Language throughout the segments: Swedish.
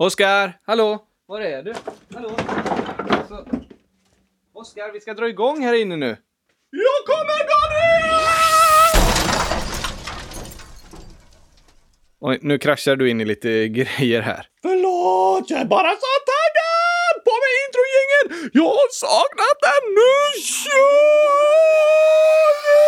Oskar, hallå? Var är du? Hallå? Så. Oskar, vi ska dra igång här inne nu. Jag kommer, Gabriel! Oj, nu kraschar du in i lite grejer här. Förlåt, jag är bara så taggad! På med introjingen! Jag har saknat den, nu kör vi!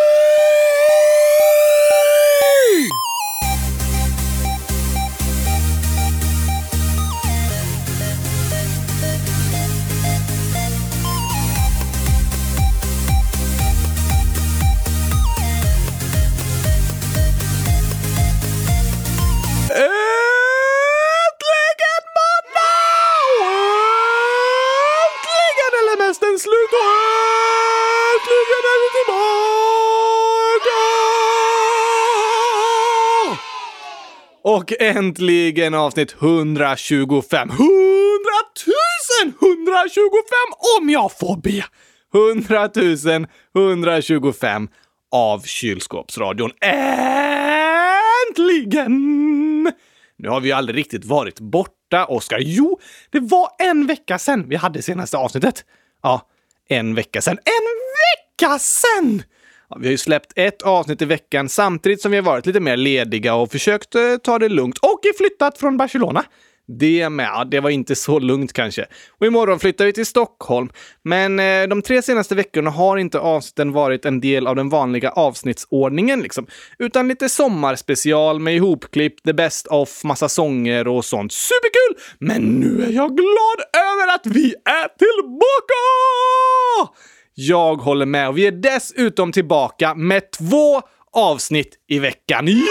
Äntligen måndag! Äntligen är semestern slut och äntligen är vi tillbaka! Och äntligen avsnitt 125. 100 125 om jag får be! 100 125 av Kylskåpsradion. Äntligen! Nu har vi ju aldrig riktigt varit borta, Oskar. Jo, det var en vecka sedan vi hade senaste avsnittet. Ja, en vecka sedan. En vecka sedan! Ja, vi har ju släppt ett avsnitt i veckan samtidigt som vi har varit lite mer lediga och försökt ta det lugnt. Och flyttat från Barcelona. Det med, det var inte så lugnt kanske. Och imorgon flyttar vi till Stockholm. Men de 3 senaste veckorna har inte avsnitten varit en del av den vanliga avsnittsordningen liksom. Utan lite sommarspecial med ihopklipp, the best of, massa sånger och sånt. Superkul! Men nu är jag glad över att vi är tillbaka! Jag håller med och vi är dessutom tillbaka med 2 avsnitt i veckan. Ja!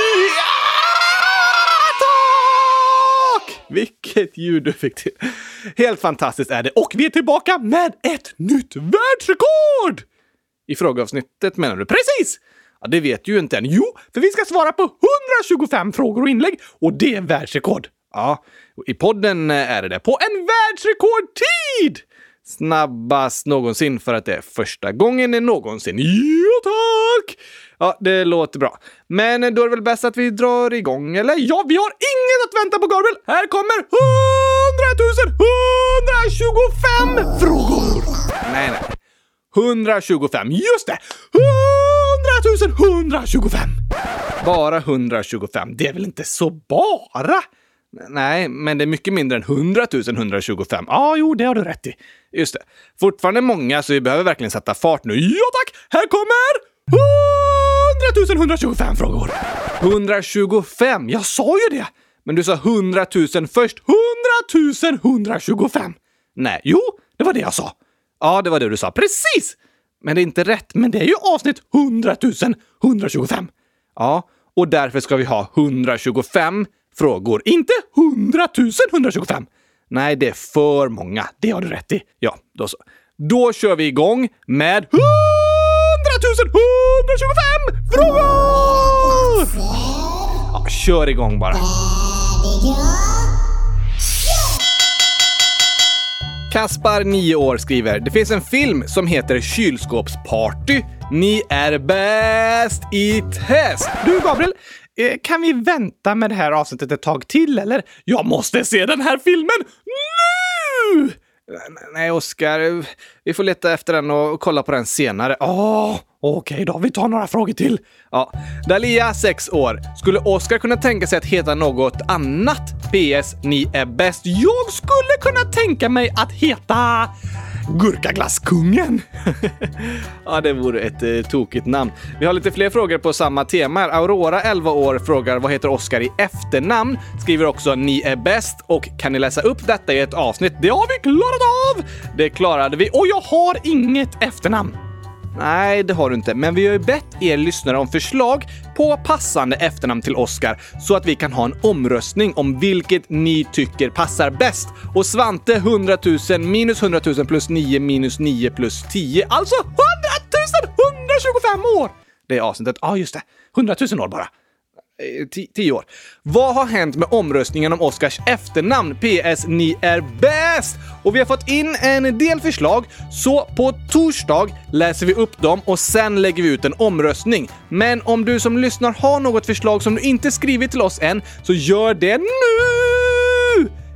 Vilket ljud du fick till. Helt fantastiskt är det. Och vi är tillbaka med ett nytt världsrekord! I frågeavsnittet menar du? Precis! Ja, det vet du ju inte än. Jo, för vi ska svara på 125 frågor och inlägg. Och det är världsrekord. Ja, i podden är det på en världsrekordtid! Snabbast någonsin för att det är första gången någonsin. Ja, tack! Ja, det låter bra. Men då är det väl bäst att vi drar igång, eller? Ja, vi har inget att vänta på, Gabriel! Här kommer 100 125 frågor! Nej. 125, just det! 100 125! Bara 125, det är väl inte så bara? Nej, men det är mycket mindre än 100 125. Ja, jo, det har du rätt i. Just det. Fortfarande många, så vi behöver verkligen sätta fart nu. Ja, tack! Här kommer 100 125 frågor. 125, jag sa ju det. Men du sa 100 000 först. 100 125. Nej, jo, det var det jag sa. Ja, det var det du sa. Precis! Men det är inte rätt. Men det är ju avsnitt 100 125. Ja, och därför ska vi ha 125 frågor. Inte 100 125. Nej, det är för många. Det har du rätt i. Ja, då så. Då kör vi igång med 100 125 frågor! Ja, kör igång bara. Kaspar, 9 år, skriver: det finns en film som heter Kylskåpsparty. Ni är bäst i test. Du, Gabriel, kan vi vänta med det här avsnittet ett tag till, eller? Jag måste se den här filmen nu! Nej, Oskar. Vi får leta efter den och kolla på den senare. Okej då. Vi tar några frågor till. Ja. Dalia, 6 år. Skulle Oskar kunna tänka sig att heta något annat? PS, ni är bäst. Jag skulle kunna tänka mig att heta Gurkaglasskungen. Ja, det vore ett tokigt namn. Vi har lite fler frågor på samma tema. Aurora, 11 år, frågar: vad heter Oskar i efternamn? Skriver också: ni är bäst. Och kan ni läsa upp detta i ett avsnitt? Det har vi klarat av! Det klarade vi. Och jag har inget efternamn. Nej, det har du inte. Men vi har ju bett er lyssnare om förslag på passande efternamn till Oskar så att vi kan ha en omröstning om vilket ni tycker passar bäst. Och Svante, 100 000 minus 100 000 plus 9 minus 9 plus 10. Alltså 100 125 år! Det är avsnittet. Ja, just det. 100 000 år bara. 10 år. Vad har hänt med omröstningen om Oskars efternamn? PS, ni är bäst! Och vi har fått in en del förslag, så på torsdag läser vi upp dem och sen lägger vi ut en omröstning. Men om du som lyssnar har något förslag som du inte skrivit till oss än, så gör det nu!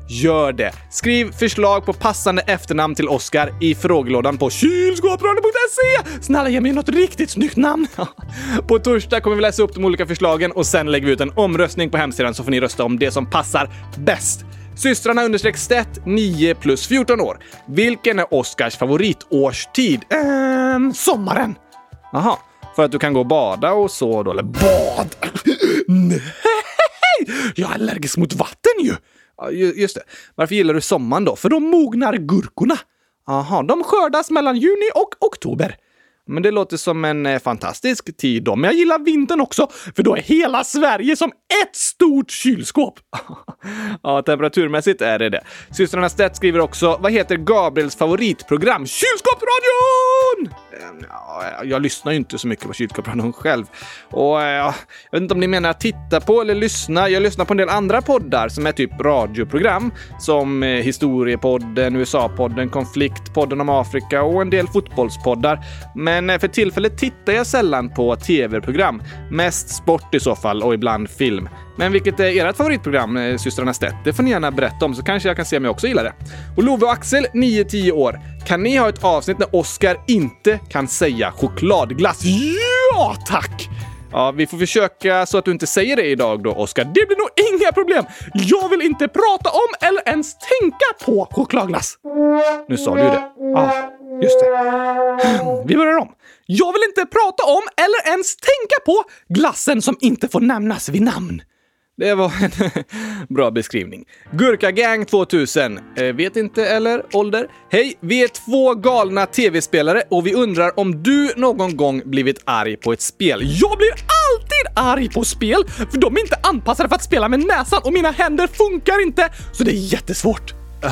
Gör det. Skriv förslag på passande efternamn till Oscar i frågelådan på kylskåpsradion.se. Snälla ge mig något riktigt snyggt namn. På torsdag kommer vi läsa upp de olika förslagen och sen lägger vi ut en omröstning på hemsidan så får ni rösta om det som passar bäst. Systrarna _ 9 + 14 år. Vilken är Oscars favoritårstid? Sommaren. Aha, för att du kan gå och bada och så då, eller bad? Nej, jag är allergisk mot vatten ju. Ja, just det. Varför gillar du sommaren då? För då mognar gurkorna. Aha, de skördas mellan juni och oktober. Men det låter som en fantastisk tid då. Men jag gillar vintern också, för då är hela Sverige som ett stort kylskåp. Ja, temperaturmässigt är det. Systrarna Stedt skriver också, vad heter Gabriels favoritprogram? Kylskåpsradion! Jag lyssnar ju inte så mycket på Kylskåpsradion själv. Och jag vet inte om ni menar att titta på eller lyssna. Jag lyssnar på en del andra poddar som är typ radioprogram. Som Historiepodden, USA-podden, Konfliktpodden om Afrika och en del fotbollspoddar. Men för tillfället tittar jag sällan på tv-program. Mest sport i så fall och ibland film. Men vilket är ert favoritprogram, systrarna Stedt? Det får ni gärna berätta om så kanske jag kan se om jag också gillar det. Och Love och Axel, 9-10 år. Kan ni ha ett avsnitt när Oscar inte kan säga chokladglass? Ja, tack! Ja, vi får försöka så att du inte säger det idag då, Oscar. Det blir nog inga problem. Jag vill inte prata om eller ens tänka på chokladglass. Nu sa du ju det. Ja, just det. Vi börjar om. Jag vill inte prata om eller ens tänka på glassen som inte får nämnas vid namn. Det var en bra beskrivning. Gurkagang 2000. Vet inte eller ålder? Hej, vi är 2 galna tv-spelare och vi undrar om du någon gång blivit arg på ett spel. Jag blir alltid arg på spel för de är inte anpassade för att spela med näsan och mina händer funkar inte. Så det är jättesvårt.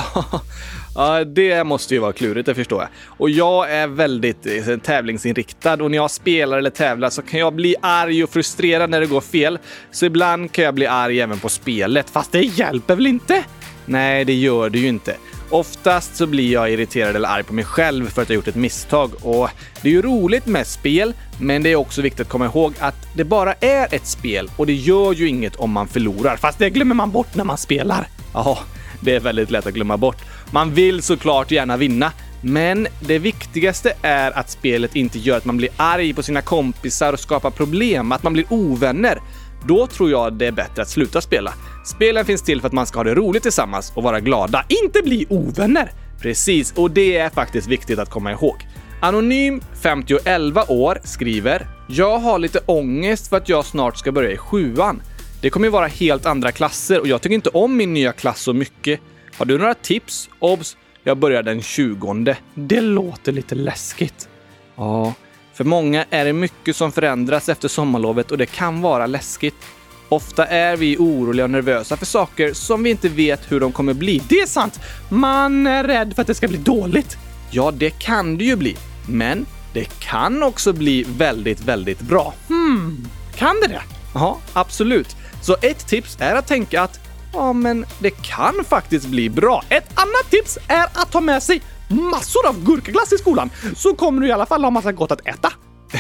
Ja, det måste ju vara klurigt, det förstår jag. Och jag är väldigt tävlingsinriktad och när jag spelar eller tävlar så kan jag bli arg och frustrerad när det går fel. Så ibland kan jag bli arg även på spelet, fast det hjälper väl inte? Nej, det gör det ju inte. Oftast så blir jag irriterad eller arg på mig själv för att jag gjort ett misstag. Och det är ju roligt med spel, men det är också viktigt att komma ihåg att det bara är ett spel och det gör ju inget om man förlorar. Fast det glömmer man bort när man spelar. Ja, det är väldigt lätt att glömma bort. Man vill såklart gärna vinna, men det viktigaste är att spelet inte gör att man blir arg på sina kompisar och skapar problem, att man blir ovänner. Då tror jag det är bättre att sluta spela. Spelen finns till för att man ska ha det roligt tillsammans och vara glada, inte bli ovänner. Precis, och det är faktiskt viktigt att komma ihåg. Anonym 5011 år skriver: jag har lite ångest för att jag snart ska börja i 7:an. Det kommer ju vara helt andra klasser och jag tycker inte om min nya klass så mycket. Har du några tips? Obs, jag börjar den 20:e. Det låter lite läskigt. Ja, för många är det mycket som förändras efter sommarlovet och det kan vara läskigt. Ofta är vi oroliga och nervösa för saker som vi inte vet hur de kommer bli. Det är sant. Man är rädd för att det ska bli dåligt. Ja, det kan det ju bli. Men det kan också bli väldigt, väldigt bra. Kan det? Ja, absolut. Så ett tips är att tänka att ja, men det kan faktiskt bli bra. Ett annat tips är att ta med sig massor av gurkaglass i skolan. Så kommer du i alla fall ha massa gott att äta.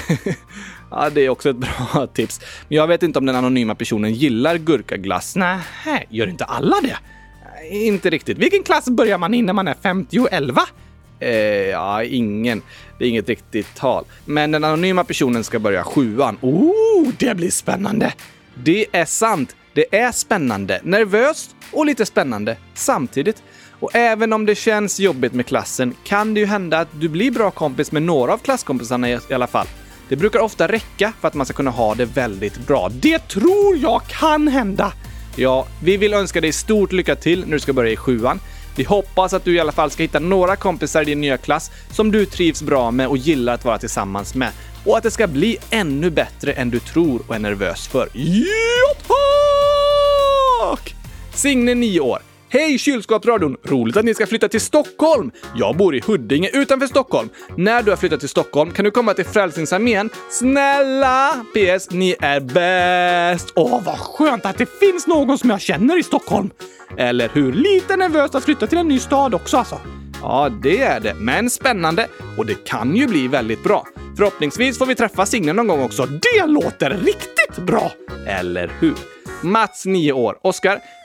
Ja, det är också ett bra tips. Men jag vet inte om den anonyma personen gillar gurkaglass. Nej, gör inte alla det? Inte riktigt. Vilken klass börjar man i när man är 50-11? Ja, ingen. Det är inget riktigt tal. Men den anonyma personen ska börja 7:an. Det blir spännande. Det är sant. Det är spännande, nervöst och lite spännande samtidigt. Och även om det känns jobbigt med klassen kan det ju hända att du blir bra kompis med några av klasskompisarna i alla fall. Det brukar ofta räcka för att man ska kunna ha det väldigt bra. Det tror jag kan hända. Ja, vi vill önska dig stort lycka till när du ska börja i 7:an. Vi hoppas att du i alla fall ska hitta några kompisar i din nya klass som du trivs bra med och gillar att vara tillsammans med. Och att det ska bli ännu bättre än du tror och är nervös för. Ja, tack! Signe 9 år. Hej Kylskåpsradion! Roligt att ni ska flytta till Stockholm. Jag bor i Huddinge utanför Stockholm. När du har flyttat till Stockholm kan du komma till Frälsningsarmén. Snälla! PS, ni är bäst! Vad skönt att det finns någon som jag känner i Stockholm. Eller hur? Lite nervöst att flytta till en ny stad också alltså. Ja, det är det. Men spännande. Och det kan ju bli väldigt bra. Förhoppningsvis får vi träffa Signe någon gång också. Det låter riktigt bra! Eller hur? Mats 9 år. Oskar,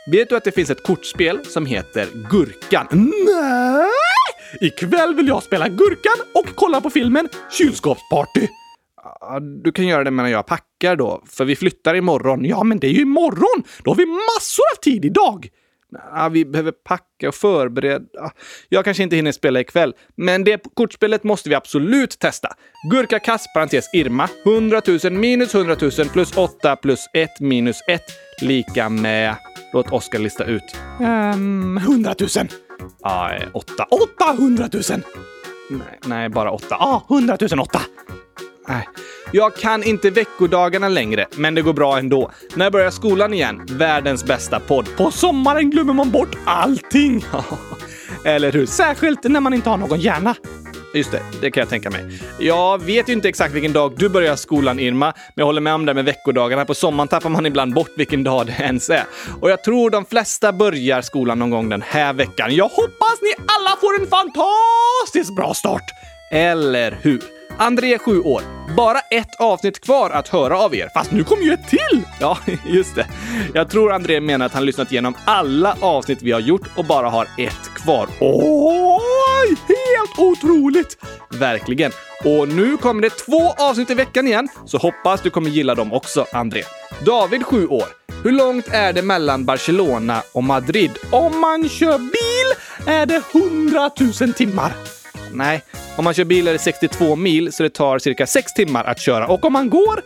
Vet du att det finns ett kortspel som heter Gurkan? Nej! Ikväll vill jag spela Gurkan och kolla på filmen Kylskåpsparty. Ja, du kan göra det medan jag packar då, för vi flyttar imorgon. Ja, men det är ju imorgon. Då har vi massor av tid idag. Ja, vi behöver packa och förbereda. Jag kanske inte hinner spela ikväll, men det kortspelet måste vi absolut testa. Gurkakast, parentes Irma, 100 000 minus 100 000 plus 8 plus 1 minus 1 lika med... Låt Oskar lista ut. 100 000. Ja, 8. 800 000. Nej, bara 8. Ja, 100 008. Nej. Jag kan inte veckodagarna längre, men det går bra ändå. När börjar skolan igen? Världens bästa podd. På sommaren glömmer man bort allting. Eller hur? Särskilt när man inte har någon hjärna. Just det kan jag tänka mig. Jag vet ju inte exakt vilken dag du börjar skolan, Irma, men jag håller med om det med veckodagarna. På sommaren tappar man ibland bort vilken dag det ens är. Och jag tror de flesta börjar skolan någon gång den här veckan. Jag hoppas ni alla får en fantastiskt bra start. Eller hur? André är 7 år. Bara ett avsnitt kvar att höra av er. Fast nu kommer ju ett till! Ja, just det. Jag tror André menar att han lyssnat igenom alla avsnitt vi har gjort och bara har ett kvar. Oj! Helt otroligt! Verkligen. Och nu kommer det 2 avsnitt i veckan igen, så hoppas du kommer gilla dem också, André. David, 7 år. Hur långt är det mellan Barcelona och Madrid? Om man kör bil är det 100 000 timmar. Nej, om man kör bil är det 62 mil, så det tar cirka 6 timmar att köra. Och om man går?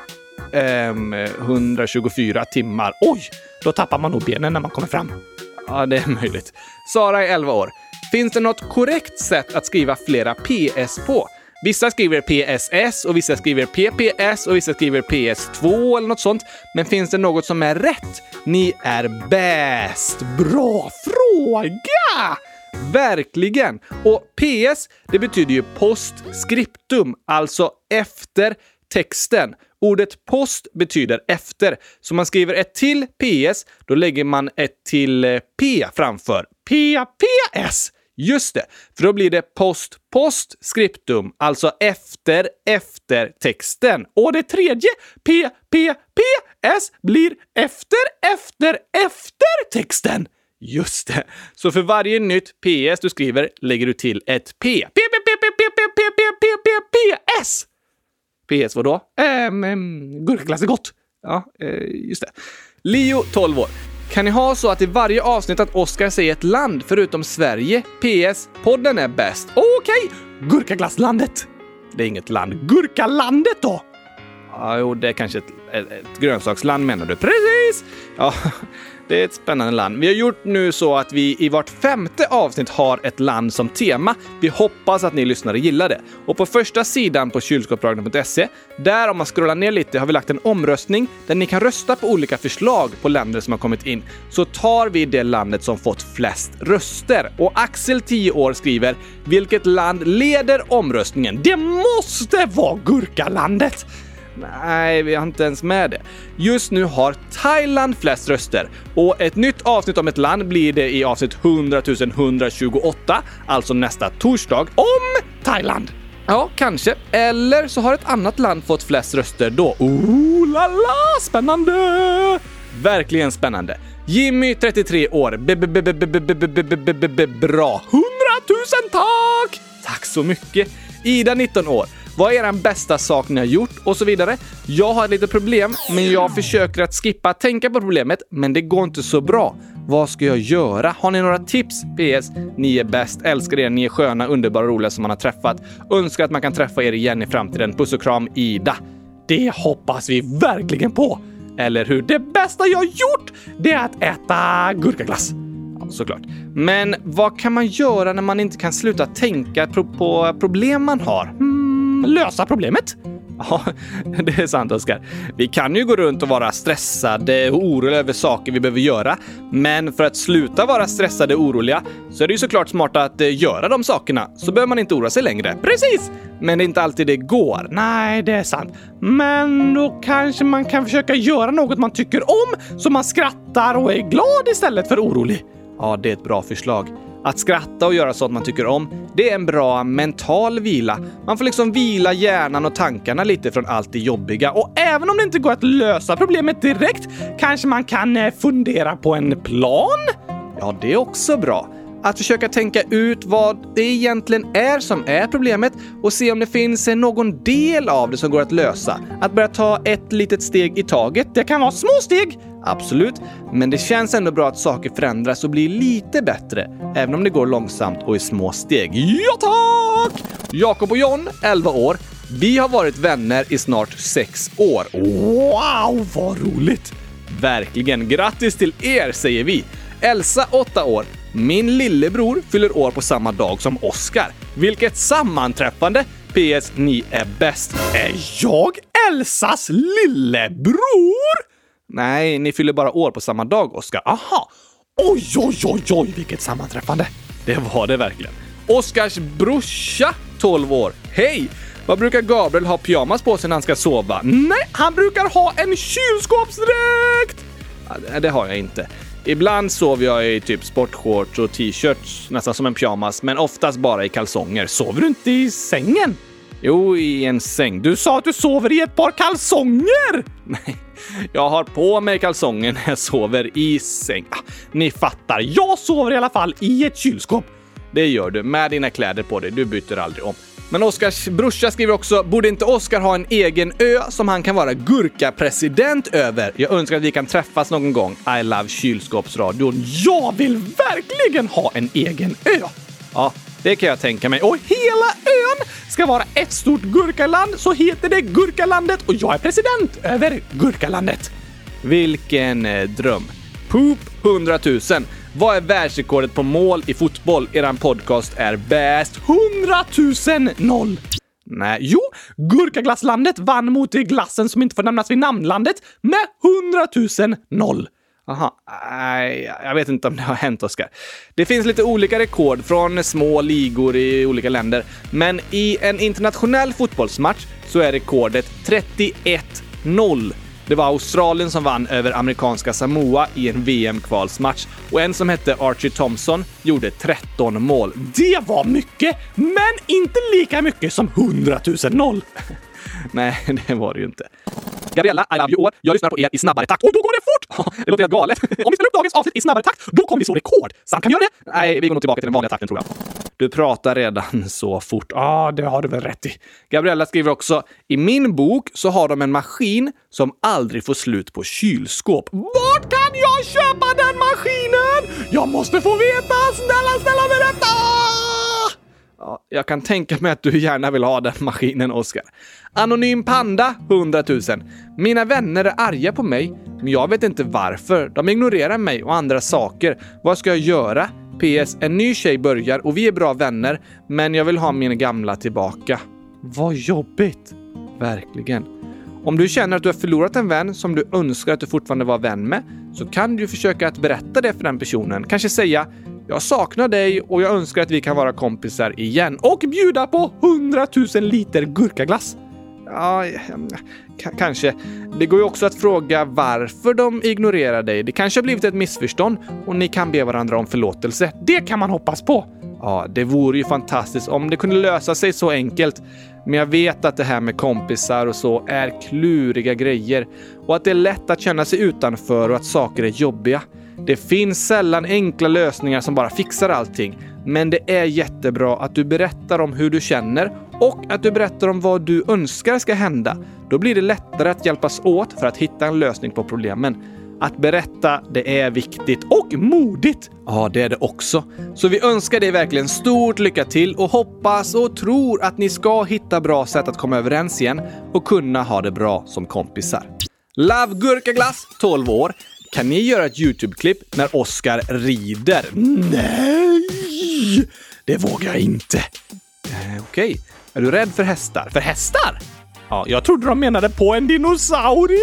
124 timmar. Oj, då tappar man nog benen när man kommer fram. Ja, det är möjligt. Sara är 11 år. Finns det något korrekt sätt att skriva flera PS på? Vissa skriver PSS och vissa skriver PPS och vissa skriver PS2 eller något sånt. Men finns det något som är rätt? Ni är bäst. Bra fråga! Verkligen! Och PS, det betyder ju postscriptum, alltså efter texten. Ordet post betyder efter. Så man skriver ett till PS, då lägger man ett till P framför. PPS! Just det, för då blir det postscriptum, alltså efter texten. Och det tredje, PPS, blir efter texten. Just det. Så för varje nytt PS du skriver lägger du till ett P. PS! PS vadå? Gurkaglass är gott. Ja, just det. Leo, 12 år. Kan ni ha så att i varje avsnitt att Oskar säger ett land förutom Sverige? PS, podden är bäst. Okej, Gurkaglasslandet. Det är inget land. Gurkalandet då? Ja, jo, det är kanske ett grönsaksland menar du. Precis! Ja, det är ett spännande land. Vi har gjort nu så att vi i vart 5:e avsnitt har ett land som tema. Vi hoppas att ni lyssnare gillar det. Och på första sidan på kylskåpsradion.se, där om man scrollar ner lite har vi lagt en omröstning där ni kan rösta på olika förslag på länder som har kommit in. Så tar vi det landet som fått flest röster. Och Axel, 10 år, skriver: vilket land leder omröstningen? Det måste vara Gurkalandet! Nej, vi har inte ens med det. Just nu har Thailand flest röster. Och ett nytt avsnitt om ett land blir det i avsnitt 100 128, alltså nästa torsdag, om Thailand. Ja, kanske. Eller så har ett annat land fått flest röster då. La la, spännande! Verkligen spännande. Jimmy, 33 år. Bra. 100 000 tack! Tack så mycket. Ida, 19 år. Vad är den bästa sak ni har gjort? Och så vidare. Jag har ett litet problem, men jag försöker att skippa tänka på problemet, men det går inte så bra. Vad ska jag göra? Har ni några tips? PS, ni är bäst. Älskar er, ni är sköna, underbara, roliga som man har träffat. Önskar att man kan träffa er igen i framtiden. Puss och kram, Ida. Det hoppas vi verkligen på. Eller hur? Det bästa jag har gjort, det är att äta gurkaglass. Ja, såklart. Men vad kan man göra när man inte kan sluta tänka på problem man har? Lösa problemet? Ja, det är sant, Oskar. Vi kan ju gå runt och vara stressade och oroliga över saker vi behöver göra. Men för att sluta vara stressade och oroliga så är det ju såklart smart att göra de sakerna. Så behöver man inte oroa sig längre. Precis! Men det är inte alltid det går. Nej, det är sant. Men då kanske man kan försöka göra något man tycker om, så man skrattar och är glad istället för orolig. Ja, det är ett bra förslag. Att skratta och göra sånt man tycker om, det är en bra mental vila. Man får liksom vila hjärnan och tankarna lite från allt det jobbiga. Och även om det inte går att lösa problemet direkt, kanske man kan fundera på en plan? Ja, det är också bra. Att försöka tänka ut vad det egentligen är som är problemet och se om det finns någon del av det som går att lösa. Att börja ta ett litet steg i taget. Det kan vara små steg, absolut. Men det känns ändå bra att saker förändras och blir lite bättre. Även om det går långsamt och i små steg. Ja tack! Jakob och John, 11 år. Vi har varit vänner i snart 6 år. Wow, vad roligt! Verkligen, grattis till er, säger vi. Elsa, 8 år. Min lillebror fyller år på samma dag som Oscar. Vilket sammanträffande! PS, ni är bäst. Är jag Elsas lillebror? Nej, ni fyller bara år på samma dag, Oscar. Aha! Oj, oj, oj, oj, vilket sammanträffande. Det var det verkligen. Oscars brorsa, 12 år. Hej! Vad brukar Gabriel ha pyjamas på sig när han ska sova? Nej, han brukar ha en kylskåpsdräkt! Ja, det har jag inte. Ibland sover jag i typ sportshorts och t-shirts, nästan som en pyjamas, men oftast bara i kalsonger. Sover du inte i sängen? Jo, i en säng. Du sa att du sover i ett par kalsonger! Nej, jag har på mig kalsonger när jag sover i säng. Ni fattar, jag sover i alla fall i ett kylskåp. Det gör du, med dina kläder på dig. Du byter aldrig om. Men Oscars brorsa skriver också, borde inte Oscar ha en egen ö som han kan vara gurkapresident över? Jag önskar att vi kan träffas någon gång. I love kylskåpsradion. Jag vill verkligen ha en egen ö. Ja, det kan jag tänka mig. Och hela ön ska vara ett stort gurkaland, så heter det Gurkalandet och jag är president över Gurkalandet. Vilken dröm. Poop 100 000. Vad är världsrekordet på mål i fotboll? Eran podcast är bäst. 100 000 0. Nej, jo, Gurkaglasslandet vann mot glassen som inte får nämnas vid namnlandet med 100 000 0. Aha, nej, jag vet inte om det har hänt, Oscar. Det finns lite olika rekord från små ligor i olika länder. Men i en internationell fotbollsmatch så är rekordet 31-0. Det var Australien som vann över amerikanska Samoa i en VM-kvalsmatch. Och en som hette Archie Thompson gjorde 13 mål. Det var mycket, men inte lika mycket som 100 000 0. Nej, det var det ju inte. Gabriella, I love you all. Jag lyssnar på er i snabbare takt. Och då går det fort! Det låter helt galet. Om vi spelar upp dagens avsnitt i snabbare takt, då kommer vi slå rekord. Sam, kan vi göra det? Nej, vi går nog tillbaka till den vanliga takten, tror jag. Du pratar redan så fort. Ja, det har du väl rätt i. Gabriella skriver också, i min bok så har de en maskin som aldrig får slut på kylskåp. Vart kan jag köpa den maskinen? Jag måste få veta! Snälla berätta! Ja, jag kan tänka mig att du gärna vill ha den maskinen, Oscar. Anonym Panda, 100 000. Mina vänner är arga på mig, men jag vet inte varför. De ignorerar mig och andra saker. Vad ska jag göra? PS, en ny tjej börjar och vi är bra vänner, men jag vill ha mina gamla tillbaka. Vad jobbigt. Verkligen. Om du känner att du har förlorat en vän som du önskar att du fortfarande var vän med, så kan du försöka att berätta det för den personen. Kanske säga, jag saknar dig och jag önskar att vi kan vara kompisar igen. Och bjuda på 100 000 liter gurkaglass. Ja, kanske. Det går ju också att fråga varför de ignorerar dig. Det kanske har blivit ett missförstånd och ni kan be varandra om förlåtelse. Det kan man hoppas på. Ja, det vore ju fantastiskt om det kunde lösa sig så enkelt. Men jag vet att det här med kompisar och så är kluriga grejer. Och att det är lätt att känna sig utanför och att saker är jobbiga. Det finns sällan enkla lösningar som bara fixar allting. Men det är jättebra att du berättar om hur du känner och att du berättar om vad du önskar ska hända. Då blir det lättare att hjälpas åt för att hitta en lösning på problemen. Att berätta, det är viktigt och modigt. Ja, det är det också. Så vi önskar dig verkligen stort lycka till och hoppas och tror att ni ska hitta bra sätt att komma överens igen och kunna ha det bra som kompisar. Love Gurkaglass, 12 år. Kan ni göra ett YouTube-klipp när Oscar rider? Nej! Det vågar jag inte. Okej. Är du rädd för hästar? För hästar? Ja, jag trodde de menade på en dinosaurie!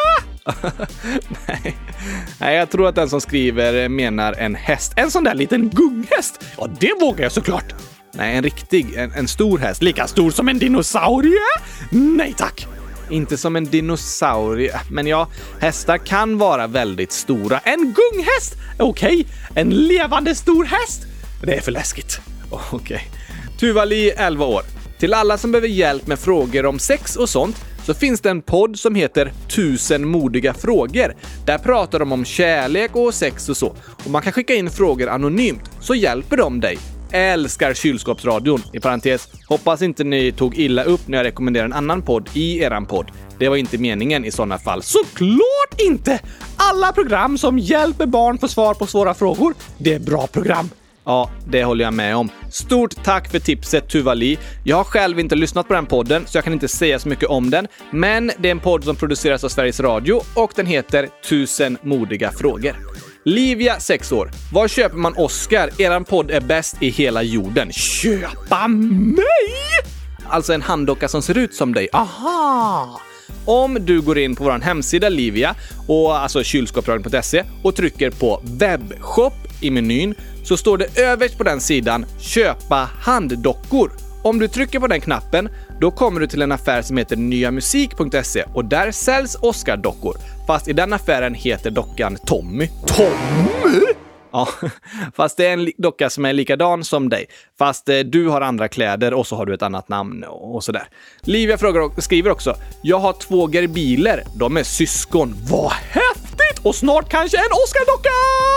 Nej, jag tror att den som skriver menar en häst. En sån där liten gunghäst. Ja, det vågar jag såklart. Nej, en riktig, en stor häst. Lika stor som en dinosaurie? Nej, tack. Inte som en dinosaurie, men ja, hästar kan vara väldigt stora. En gunghäst? Okej, en levande stor häst? Det är för läskigt. Okej. Tuvali, 11 år. Till alla som behöver hjälp med frågor om sex och sånt så finns det en podd som heter 1000 modiga frågor. Där pratar de om kärlek och sex och så. Och man kan skicka in frågor anonymt så hjälper de dig. Älskar kylskåpsradion. I parentes, hoppas inte ni tog illa upp när jag rekommenderar en annan podd i eran podd. Det var inte meningen i sådana fall. Såklart inte! Alla program som hjälper barn få svar på svåra frågor, det är bra program. Ja, det håller jag med om. Stort tack för tipset, Tuvali. Jag har själv inte lyssnat på den podden så jag kan inte säga så mycket om den. Men det är en podd som produceras av Sveriges Radio och den heter 1000 modiga frågor. Livia, 6 år. Var köper man Oscar? Eran podd är bäst i hela jorden. Köpa mig? Alltså en handdocka som ser ut som dig. Aha! Om du går in på vår hemsida Livia, och alltså kylskåpsradion.se och trycker på webbshop i menyn så står det överst på den sidan köpa handdockor. Om du trycker på den knappen då kommer du till en affär som heter nyamusik.se och där säljs Oscar-dockor. Fast i den affären heter dockan Tommy. Tommy? Ja, fast det är en docka som är likadan som dig. Fast du har andra kläder och så har du ett annat namn och sådär. Livia skriver också: jag har 2 gerbiler. De är syskon. Vad häftigt! Och snart kanske en Oscar-docka!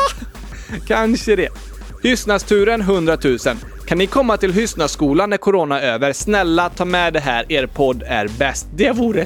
Kanske det. Hyssnasturen 100 000. Kan ni komma till Hyssnaskolan när corona är över? Snälla, ta med det här. Er podd är bäst. Det vore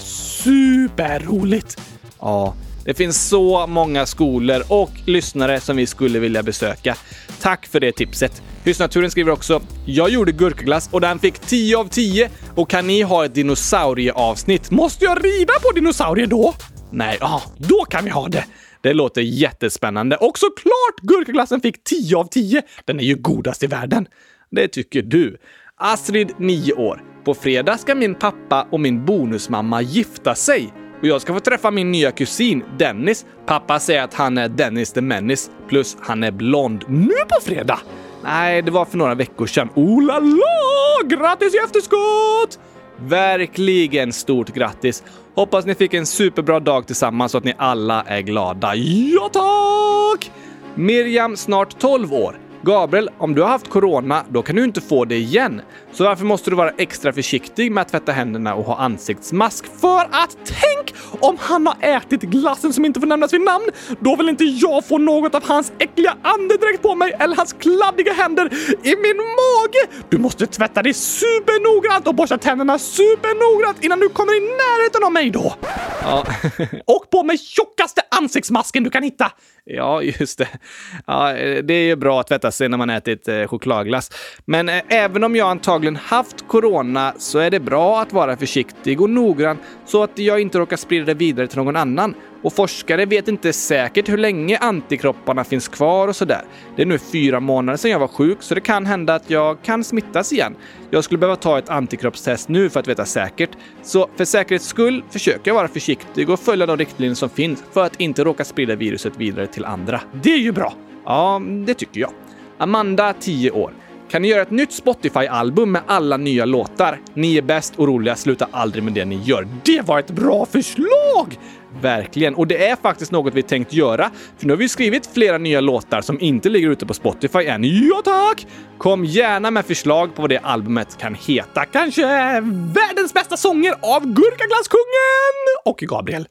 superroligt. Ja, det finns så många skolor och lyssnare som vi skulle vilja besöka. Tack för det tipset. Hyssnaturen skriver också: jag gjorde gurkaglass och den fick 10 av 10. Och kan ni ha ett dinosaurieavsnitt? Måste jag rida på dinosaurier då? Nej, då kan vi ha det. Det låter jättespännande. Och såklart gurkaglassen fick 10 av 10. Den är ju godast i världen. Det tycker du. Astrid, 9 år. På fredag ska min pappa och min bonusmamma gifta sig. Och jag ska få träffa min nya kusin, Dennis. Pappa säger att han är Dennis the Menace. Plus han är blond. Nu på fredag? Nej, det var för några veckor sedan. Oh la la! Grattis i efterskott! Verkligen stort grattis. Hoppas ni fick en superbra dag tillsammans så att ni alla är glada. Ja tack! Miriam, snart 12 år. Gabriel, om du har haft corona, då kan du inte få det igen. Så varför måste du vara extra försiktig med att tvätta händerna och ha ansiktsmask? För att tänk om han har ätit glassen som inte får nämnas vid namn. Då vill inte jag få något av hans äckliga andedräkt på mig eller hans kladdiga händer i min mage. Du måste tvätta dig supernoggrant och borsta tänderna supernoggrant innan du kommer i närheten av mig då. Ja. Och på med tjockaste ansiktsmasken du kan hitta. Ja, just det. Ja, det är ju bra att tvätta sig när man ätit chokladglass. Men även om jag antagligen haft corona så är det bra att vara försiktig och noggrann så att jag inte råkar sprida det vidare till någon annan. Och forskare vet inte säkert hur länge antikropparna finns kvar och sådär. Det är nu 4 månader sedan jag var sjuk så det kan hända att jag kan smittas igen. Jag skulle behöva ta ett antikroppstest nu för att veta säkert. Så för säkerhets skull försöker jag vara försiktig och följa de riktlinjer som finns för att inte råka sprida viruset vidare till andra. Det är ju bra. Ja, det tycker jag. Amanda, 10 år. Kan ni göra ett nytt Spotify-album med alla nya låtar? Ni är bäst och roliga, sluta aldrig med det ni gör. Det var ett bra förslag! Verkligen, och det är faktiskt något vi tänkt göra. För nu har vi skrivit flera nya låtar som inte ligger ute på Spotify än. Ja tack! Kom gärna med förslag på vad det albumet kan heta. Kanske världens bästa sånger av Gurkaglasskungen och Gabriel.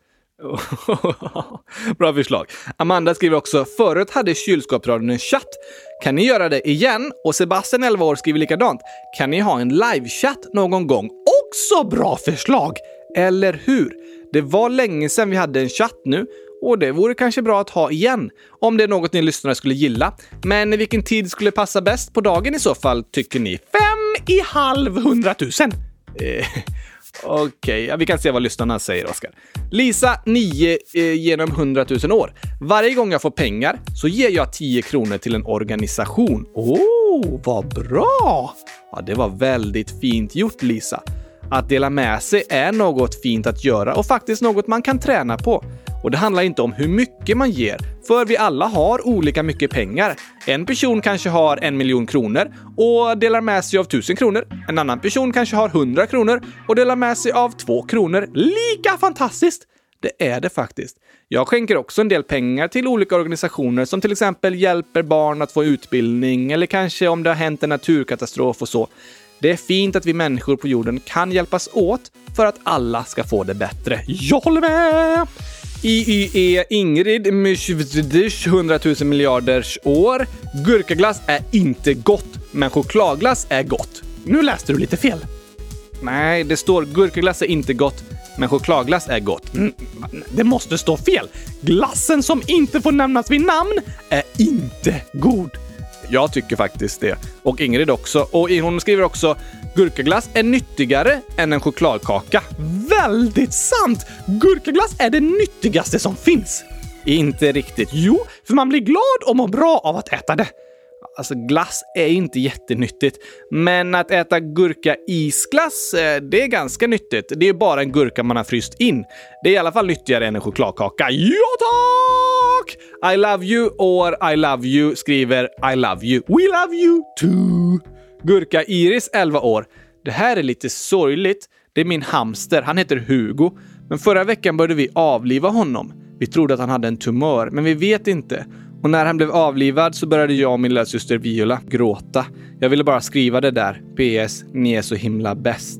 Bra förslag. Amanda skriver också: förut hade kylskåpsradion en chatt. Kan ni göra det igen? Och Sebastian, 11 år, skriver likadant. Kan ni ha en livechatt någon gång? Också bra förslag. Eller hur? Det var länge sedan vi hade en chatt nu. Och det vore kanske bra att ha igen. Om det är något ni lyssnare skulle gilla. Men vilken tid skulle passa bäst på dagen i så fall, tycker ni? 5 500 000. Okej, vi kan se vad lyssnarna säger, Oskar. Lisa, 9 genom 100 000 år. Varje gång jag får pengar så ger jag 10 kronor till en organisation. Vad bra! Ja, det var väldigt fint gjort, Lisa. Att dela med sig är något fint att göra och faktiskt något man kan träna på. Och det handlar inte om hur mycket man ger, för vi alla har olika mycket pengar. En person kanske har 1 miljon kronor och delar med sig av 1000 kronor. En annan person kanske har 100 kronor och delar med sig av 2 kronor. Lika fantastiskt! det är det faktiskt. Jag skänker också en del pengar till olika organisationer som till exempel hjälper barn att få utbildning eller kanske om det har hänt en naturkatastrof och så. Det är fint att vi människor på jorden kan hjälpas åt för att alla ska få det bättre. Jag håller med! IYE Ingrid 100 000 miljarders år. Gurkaglass är inte gott, men chokladglass är gott. Nu läste du lite fel. Nej, det står gurkaglass är inte gott, men chokladglass är gott. Det måste stå fel. Glassen som inte får nämnas vid namn är inte god. Jag tycker faktiskt det. Och Ingrid också. Och hon skriver också gurkaglass är nyttigare än en chokladkaka. Väldigt sant! Gurkaglass är det nyttigaste som finns. Inte riktigt. Jo, för man blir glad och mår bra av att äta det. Alltså glass är inte jättenyttigt. Men att äta gurka-isglass, det är ganska nyttigt. Det är bara en gurka man har fryst in. Det är i alla fall nyttigare än en chokladkaka. Ja tack! I love you or I love you skriver I love you. We love you too. Gurka Iris 11 år. Det här är lite sorgligt. Det är min hamster. Han heter Hugo. Men förra veckan började vi avliva honom. Vi trodde att han hade en tumör, men vi vet inte. Och när han blev avlivad så började jag och min lilla syster Viola gråta. Jag ville bara skriva det där. PS, ni är så himla bäst.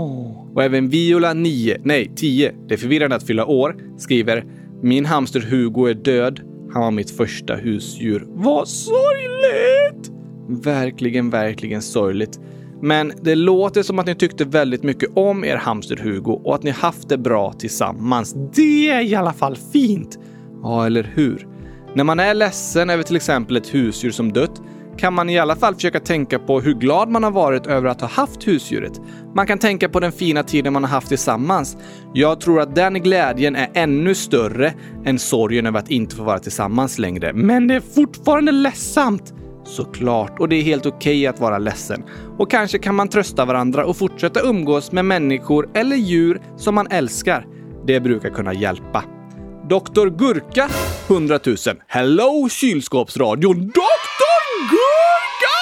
Och även Viola 10, det är förvirrande att fylla år, skriver min hamster Hugo är död. Han var mitt första husdjur. Vad sorgligt! Verkligen, verkligen sorgligt. Men det låter som att ni tyckte väldigt mycket om er hamster Hugo och att ni haft det bra tillsammans. Det är i alla fall fint. Ja, eller hur? När man är ledsen över till exempel ett husdjur som dött kan man i alla fall försöka tänka på hur glad man har varit över att ha haft husdjuret. Man kan tänka på den fina tiden man har haft tillsammans. Jag tror att den glädjen är ännu större än sorgen över att inte få vara tillsammans längre. Men det är fortfarande ledsamt. Såklart, och det är helt okej att vara ledsen. Och kanske kan man trösta varandra och fortsätta umgås med människor eller djur som man älskar. Det brukar kunna hjälpa. Dr. Gurka 100 000. Hello kylskåpsradion. Dr. Gurka!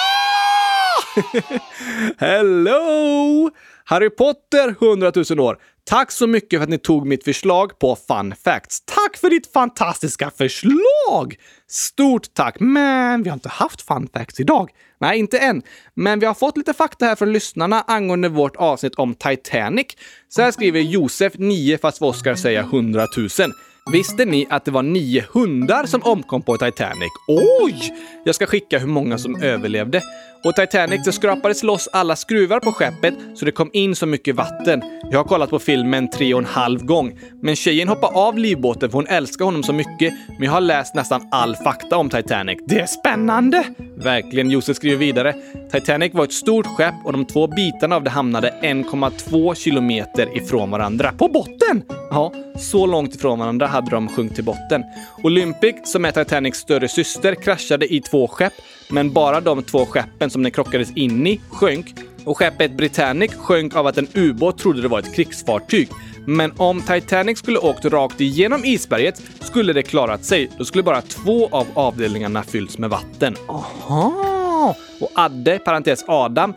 Hello! Harry Potter 100 000 år. Tack så mycket för att ni tog mitt förslag på Fun Facts. Tack för ditt fantastiska förslag! Stort tack, men vi har inte haft Fun Facts idag. Nej, inte än. Men vi har fått lite fakta här från lyssnarna angående vårt avsnitt om Titanic. Så här skriver Josef 9 fast Oskar säger 100 000. Visste ni att det var 9 hundar som omkom på Titanic? Oj! Jag ska skicka hur många som överlevde. Och Titanic, det skrapades loss alla skruvar på skeppet så det kom in så mycket vatten. Jag har kollat på filmen 3,5 gång. Men tjejen hoppade av livbåten för hon älskar honom så mycket. Men jag har läst nästan all fakta om Titanic. Det är spännande! Verkligen, Josef skriver vidare. Titanic var ett stort skepp och de 2 bitarna av det hamnade 1,2 kilometer ifrån varandra. På botten? Ja, så långt ifrån varandra hade de sjunkit till botten. Olympic, som är Titanics större syster, kraschade i 2 skepp. Men bara de 2 skeppen som den krockades in i sjönk. Och skeppet Britannic sjönk av att en ubåt trodde det var ett krigsfartyg. Men om Titanic skulle åkt rakt igenom isberget skulle det klarat sig. Då skulle bara 2 av avdelningarna fyllts med vatten. Aha! Och Adde, parentes Adam,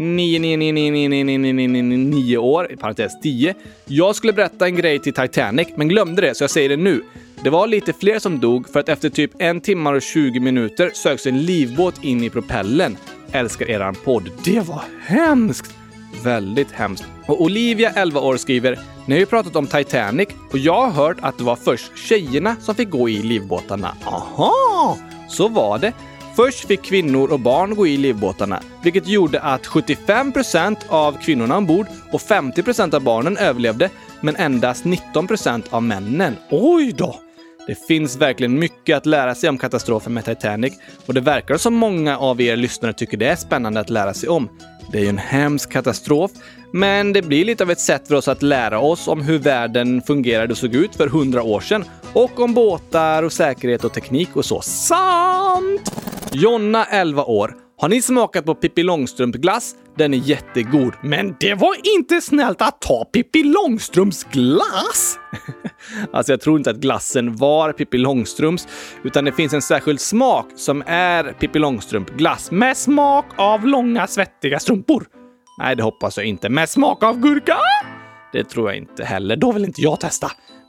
9 år, parentes 10. Jag skulle berätta en grej till Titanic, men glömde det så jag säger det nu. Det var lite fler som dog för att efter typ 1 timme och 20 minuter söks en livbåt in i propellen. Älskar eran podd. Det var hemskt. Väldigt hemskt. Och Olivia, 11 år, skriver: ni har ju pratat om Titanic och jag har hört att det var först tjejerna som fick gå i livbåtarna. Aha! Så var det. Först fick kvinnor och barn gå i livbåtarna, vilket gjorde att 75% av kvinnorna ombord och 50% av barnen överlevde, men endast 19% av männen. Oj då! Det finns verkligen mycket att lära sig om katastrofen med Titanic och det verkar som många av er lyssnare tycker det är spännande att lära sig om. Det är ju en hemsk katastrof, men det blir lite av ett sätt för oss att lära oss om hur världen fungerade och såg ut för 100 år sedan och om båtar och säkerhet och teknik och så. Sant! Jonna, 11 år. Har ni smakat på Pippi Långstrump-glass? Den är jättegod. Men det var inte snällt att ta Pippi Långstrumps glass! Alltså jag tror inte att glassen var Pippi Långstrumps, utan det finns en särskild smak som är Pippi Långstrump-glass. Med smak av långa svettiga strumpor? Nej, det hoppas jag inte. Med smak av gurka? Det tror jag inte heller. Då vill inte jag testa.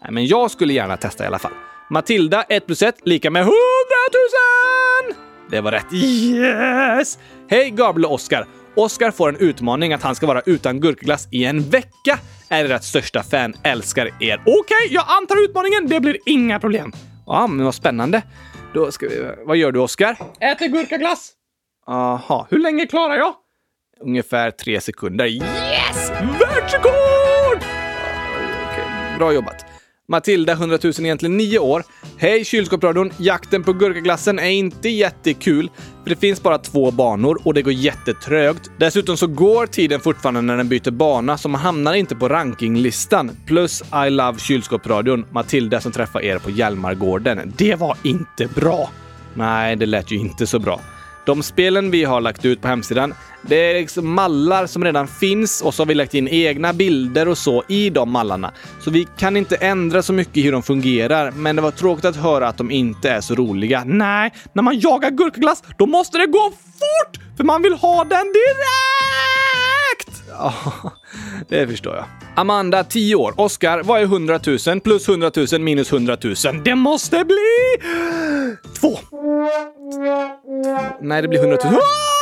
Nej, men jag skulle gärna testa i alla fall. Matilda, 1 + 1 = 100 000! Det var rätt. Yes! Hej Gabriel och Oskar. Oskar får en utmaning att han ska vara utan gurkaglass i en vecka. Är ert största fan, älskar er. Okej, jag antar utmaningen. Det blir inga problem. Ja, men vad spännande. Då ska vi... Vad gör du, Oskar? Äter gurkaglass. Aha. Hur länge klarar jag? Ungefär 3 sekunder. Yes! Världsrekord! Okej, bra jobbat. Matilda, 100 000, egentligen 9 år. Hej kylskåpsradion, jakten på gurkaglassen är inte jättekul. För det finns bara 2 banor och det går jättetrögt. Dessutom så går tiden fortfarande när den byter bana, så man hamnar inte på rankinglistan. Plus I love kylskåpsradion, Matilda som träffar er på Hjälmargården. Det var inte bra. Nej, det lät ju inte så bra. De spelen vi har lagt ut på hemsidan, det är liksom mallar som redan finns och så har vi lagt in egna bilder och så i de mallarna. Så vi kan inte ändra så mycket i hur de fungerar, men det var tråkigt att höra att de inte är så roliga. Nej, när man jagar gurkaglass, då måste det gå fort! För man vill ha den direkt! Ja, det förstår jag. Amanda, 10 år. Oskar, vad är 100 000 plus 100 000 minus 100 000? Det måste bli 2. Nej, det blir 100 000. 100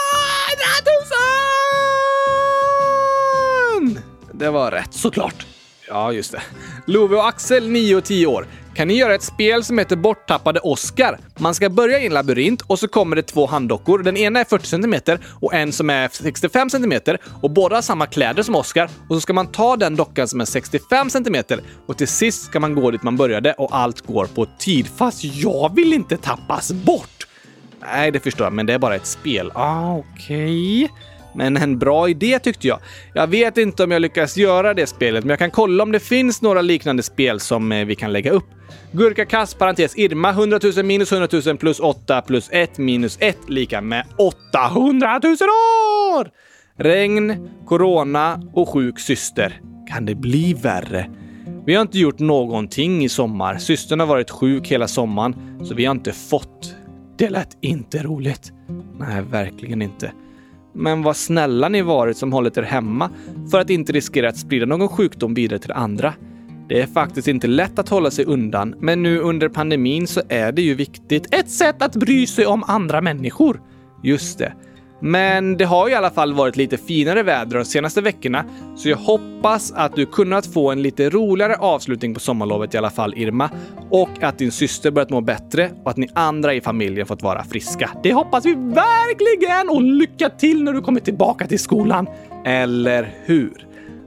000! Det var rätt. Såklart. Ja, just det. Love och Axel, 9 och 10 år. Kan ni göra ett spel som heter Borttappade Oskar? Man ska börja i en labyrint och så kommer det 2 handdockor. Den ena är 40 cm och en som är 65 cm. Och båda har samma kläder som Oskar. Och så ska man ta den dockan som är 65 cm. Och till sist ska man gå dit man började och allt går på tid. Fast jag vill inte tappas bort. Nej, det förstår jag, men det är bara ett spel. Okej. Men en bra idé tyckte jag. Jag vet inte om jag lyckas göra det spelet, men jag kan kolla om det finns några liknande spel som vi kan lägga upp. Gurkakass, parentes Irma, 100 000 minus 100 000 plus 8 plus 1 minus 1 = 800 000 år! Regn, corona och sjuk syster. Kan det bli värre? Vi har inte gjort någonting i sommar. Systern har varit sjuk hela sommaren, så vi har inte fått. Det lät inte roligt. Nej, verkligen inte. Men vad snälla ni varit som hållit er hemma för att inte riskera att sprida någon sjukdom vidare till andra. Det är faktiskt inte lätt att hålla sig undan, men nu under pandemin så är det ju viktigt. Ett sätt att bry sig om andra människor. Just det. Men det har i alla fall varit lite finare väder de senaste veckorna, så jag hoppas att du kunnat få en lite roligare avslutning på sommarlovet i alla fall, Irma. Och att din syster börjat må bättre och att ni andra i familjen fått vara friska. Det hoppas vi verkligen, och lycka till när du kommer tillbaka till skolan. Eller hur?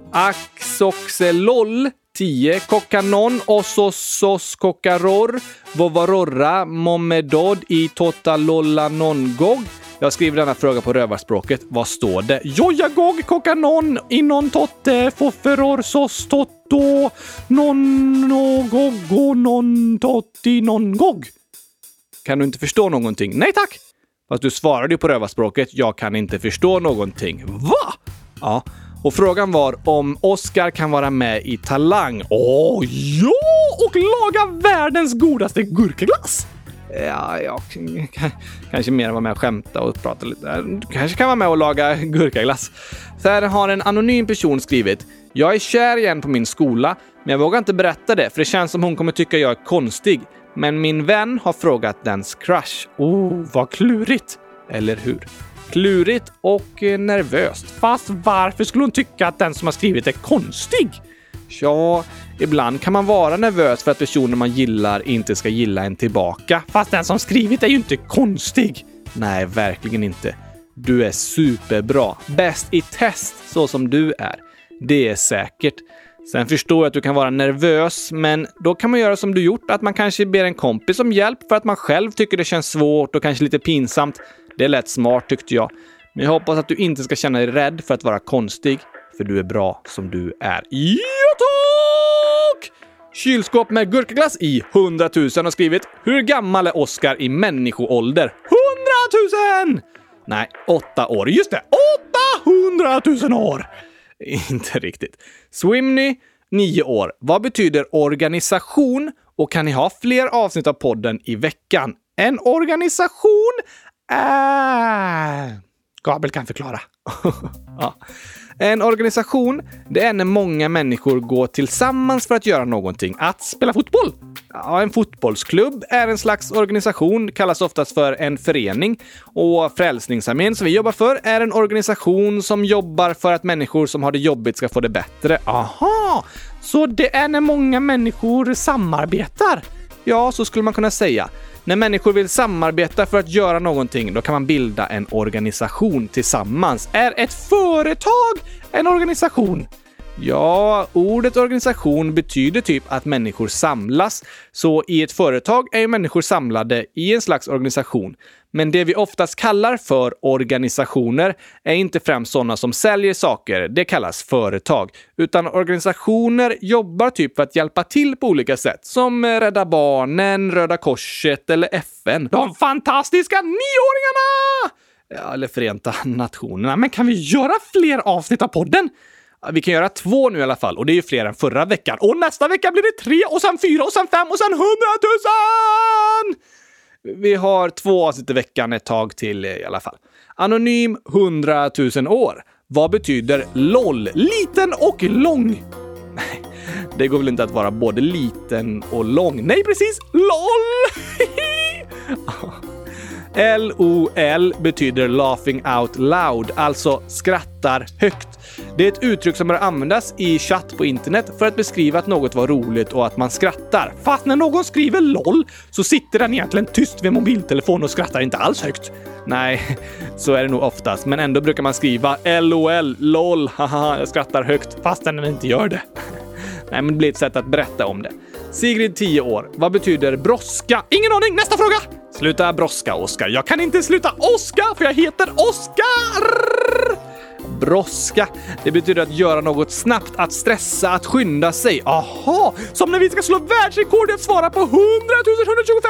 Axoxelol, 10, kokanon, ossosos kokaror, vovarorra, momedod i totalolla nongog. Jag skriver denna fråga på rövarspråket. Vad står det? Jojagog, kokanon, inon totte, fofferor, sos totto, nonnogogo, non totti, nongog. Kan du inte förstå någonting? Nej tack! Fast du svarade ju på rövarspråket. Jag kan inte förstå någonting. Va? Ja. Och frågan var om Oskar kan vara med i Talang. Ja! Och laga världens godaste gurkaglass. Ja, jag kanske mer vara med och skämta och prata lite. Du kanske kan vara med och laga gurkaglass. Så här har en anonym person skrivit: jag är kär igen på min skola, men jag vågar inte berätta det för det känns som hon kommer tycka jag är konstig. Men min vän har frågat dens crush. Vad klurigt. Eller hur? Klurigt och nervöst. Fast varför skulle hon tycka att den som har skrivit är konstig? Ja, ibland kan man vara nervös för att personer man gillar inte ska gilla en tillbaka. Fast den som skrivit är ju inte konstig. Nej, verkligen inte. Du är superbra. Bäst i test så som du är. Det är säkert. Sen förstår jag att du kan vara nervös, men då kan man göra som du gjort. Att man kanske ber en kompis om hjälp för att man själv tycker det känns svårt och kanske lite pinsamt. Det lät smart tyckte jag. Men jag hoppas att du inte ska känna dig rädd för att vara konstig. För du är bra som du är. Ja, tack! Kylskåp med gurkaglass i 100 000 har skrivit: hur gammal är Oskar i människoålder? 100 000! Nej, 8 år. Just det, 800 000 år! Inte riktigt. Swimny, 9 år. Vad betyder organisation? Och kan ni ha fler avsnitt av podden i veckan? En organisation Gabriel kan förklara. Ja. En organisation, det är när många människor går tillsammans för att göra någonting. Att spela fotboll. Ja, en fotbollsklubb är en slags organisation, kallas oftast för en förening. Och Frälsningsarmén som vi jobbar för är en organisation som jobbar för att människor som har det jobbigt ska få det bättre. Aha, så det är när många människor samarbetar? Ja, så skulle man kunna säga. När människor vill samarbeta för att göra någonting, då kan man bilda en organisation tillsammans. Är ett företag en organisation? Ja, ordet organisation betyder typ att människor samlas. Så i ett företag är ju människor samlade i en slags organisation. Men det vi oftast kallar för organisationer är inte främst sådana som säljer saker. Det kallas företag. Utan organisationer jobbar typ för att hjälpa till på olika sätt. Som Rädda Barnen, Röda Korset eller FN. De fantastiska 9-åringarna! Ja, eller Förenta Nationerna. Men kan vi göra fler avsnitt av podden? Vi kan göra 2 nu i alla fall, och det är ju fler än förra veckan. Och nästa vecka blir det 3, och sen 4, och sen 5, och sen 100 000! Vi har 2 avsnitt i veckan ett tag till i alla fall. Anonym 100 000 år. Vad betyder LOL? Liten och lång. Nej, det går väl inte att vara både liten och lång. Nej, precis. LOL! LOL betyder laughing out loud, alltså skrattar högt. Det är ett uttryck som bör användas i chatt på internet för att beskriva att något var roligt och att man skrattar. Fast när någon skriver LOL så sitter den egentligen tyst vid mobiltelefon och skrattar inte alls högt. Nej, så är det nog oftast. Men ändå brukar man skriva LOL, LOL, haha, jag skrattar högt. Fast den inte gör det. Nej, men det blir ett sätt att berätta om det. Sigrid, 10 år. Vad betyder brådska? Ingen aning, nästa fråga! Sluta brådska, Oskar. Jag kan inte sluta Oskar, för jag heter Oskar! Brådska, det betyder att göra något snabbt, att stressa, att skynda sig. Aha, som när vi ska slå världsrekord i att svara på 100 125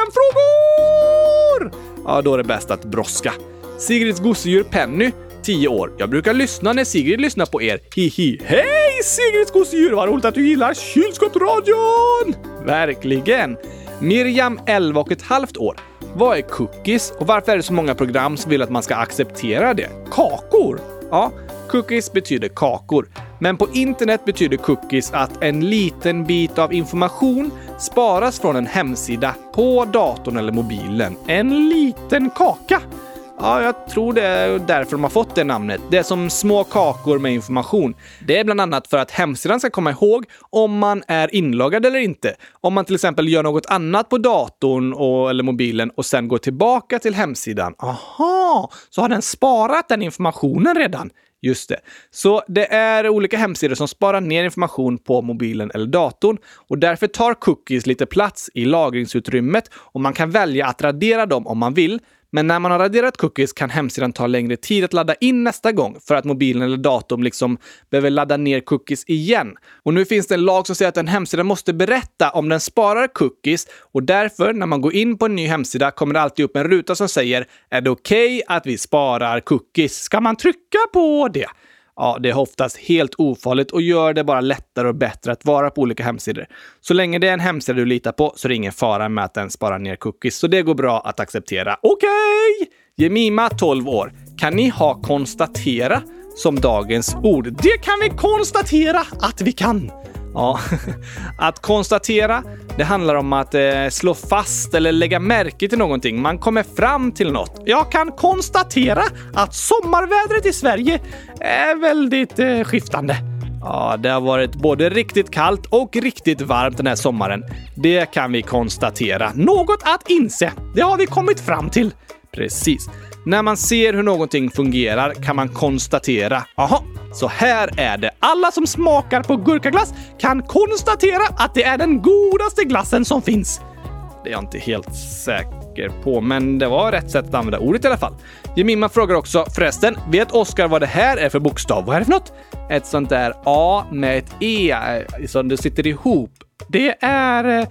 frågor! Ja, då är det bäst att brådska. Sigrids gosedjur Penny, 10 år. Jag brukar lyssna när Sigrid lyssnar på er. Hihi. Hej Sigrids gosedjur, vad roligt att du gillar Kylskåpsradion! Verkligen. Miriam, 11,5 år. Vad är cookies och varför är det så många program som vill att man ska acceptera det? Kakor? Ja, cookies betyder kakor. Men på internet betyder cookies att en liten bit av information sparas från en hemsida på datorn eller mobilen. En liten kaka? Ja, jag tror det är därför de har fått det namnet. Det är som små kakor med information. Det är bland annat för att hemsidan ska komma ihåg om man är inloggad eller inte. Om man till exempel gör något annat på datorn eller mobilen och sen går tillbaka till hemsidan. Aha, så har den sparat den informationen redan? Just det. Så det är olika hemsidor som sparar ner information på mobilen eller datorn och därför tar cookies lite plats i lagringsutrymmet och man kan välja att radera dem om man vill. Men när man har raderat cookies kan hemsidan ta längre tid att ladda in nästa gång för att mobilen eller datorn liksom behöver ladda ner cookies igen. Och nu finns det en lag som säger att en hemsida måste berätta om den sparar cookies och därför när man går in på en ny hemsida kommer det alltid upp en ruta som säger är det okej att vi sparar cookies? Ska man trycka på det? Ja, det är oftast helt ofarligt och gör det bara lättare och bättre att vara på olika hemsidor. Så länge det är en hemsida du litar på så är det ingen fara med att den sparar ner cookies. Så det går bra att acceptera. Okej! Jemima, 12 år. Kan ni ha konstatera som dagens ord? Det kan vi konstatera att vi kan. Ja, att konstatera, det handlar om att slå fast eller lägga märke till någonting. Man kommer fram till något. Jag kan konstatera att sommarvädret i Sverige är väldigt skiftande. Ja, det har varit både riktigt kallt och riktigt varmt den här sommaren. Det kan vi konstatera. Något att inse. Det har vi kommit fram till. Precis. När man ser hur någonting fungerar kan man konstatera. Aha, så här är det. Alla som smakar på gurkaglass kan konstatera att det är den godaste glassen som finns. Det är jag inte helt säker på, men det var rätt sätt att använda ordet i alla fall. Jemima frågar också, förresten, vet Oskar vad det här är för bokstav? Vad är det för något? Ett sånt där A med ett E som det sitter ihop. Det är...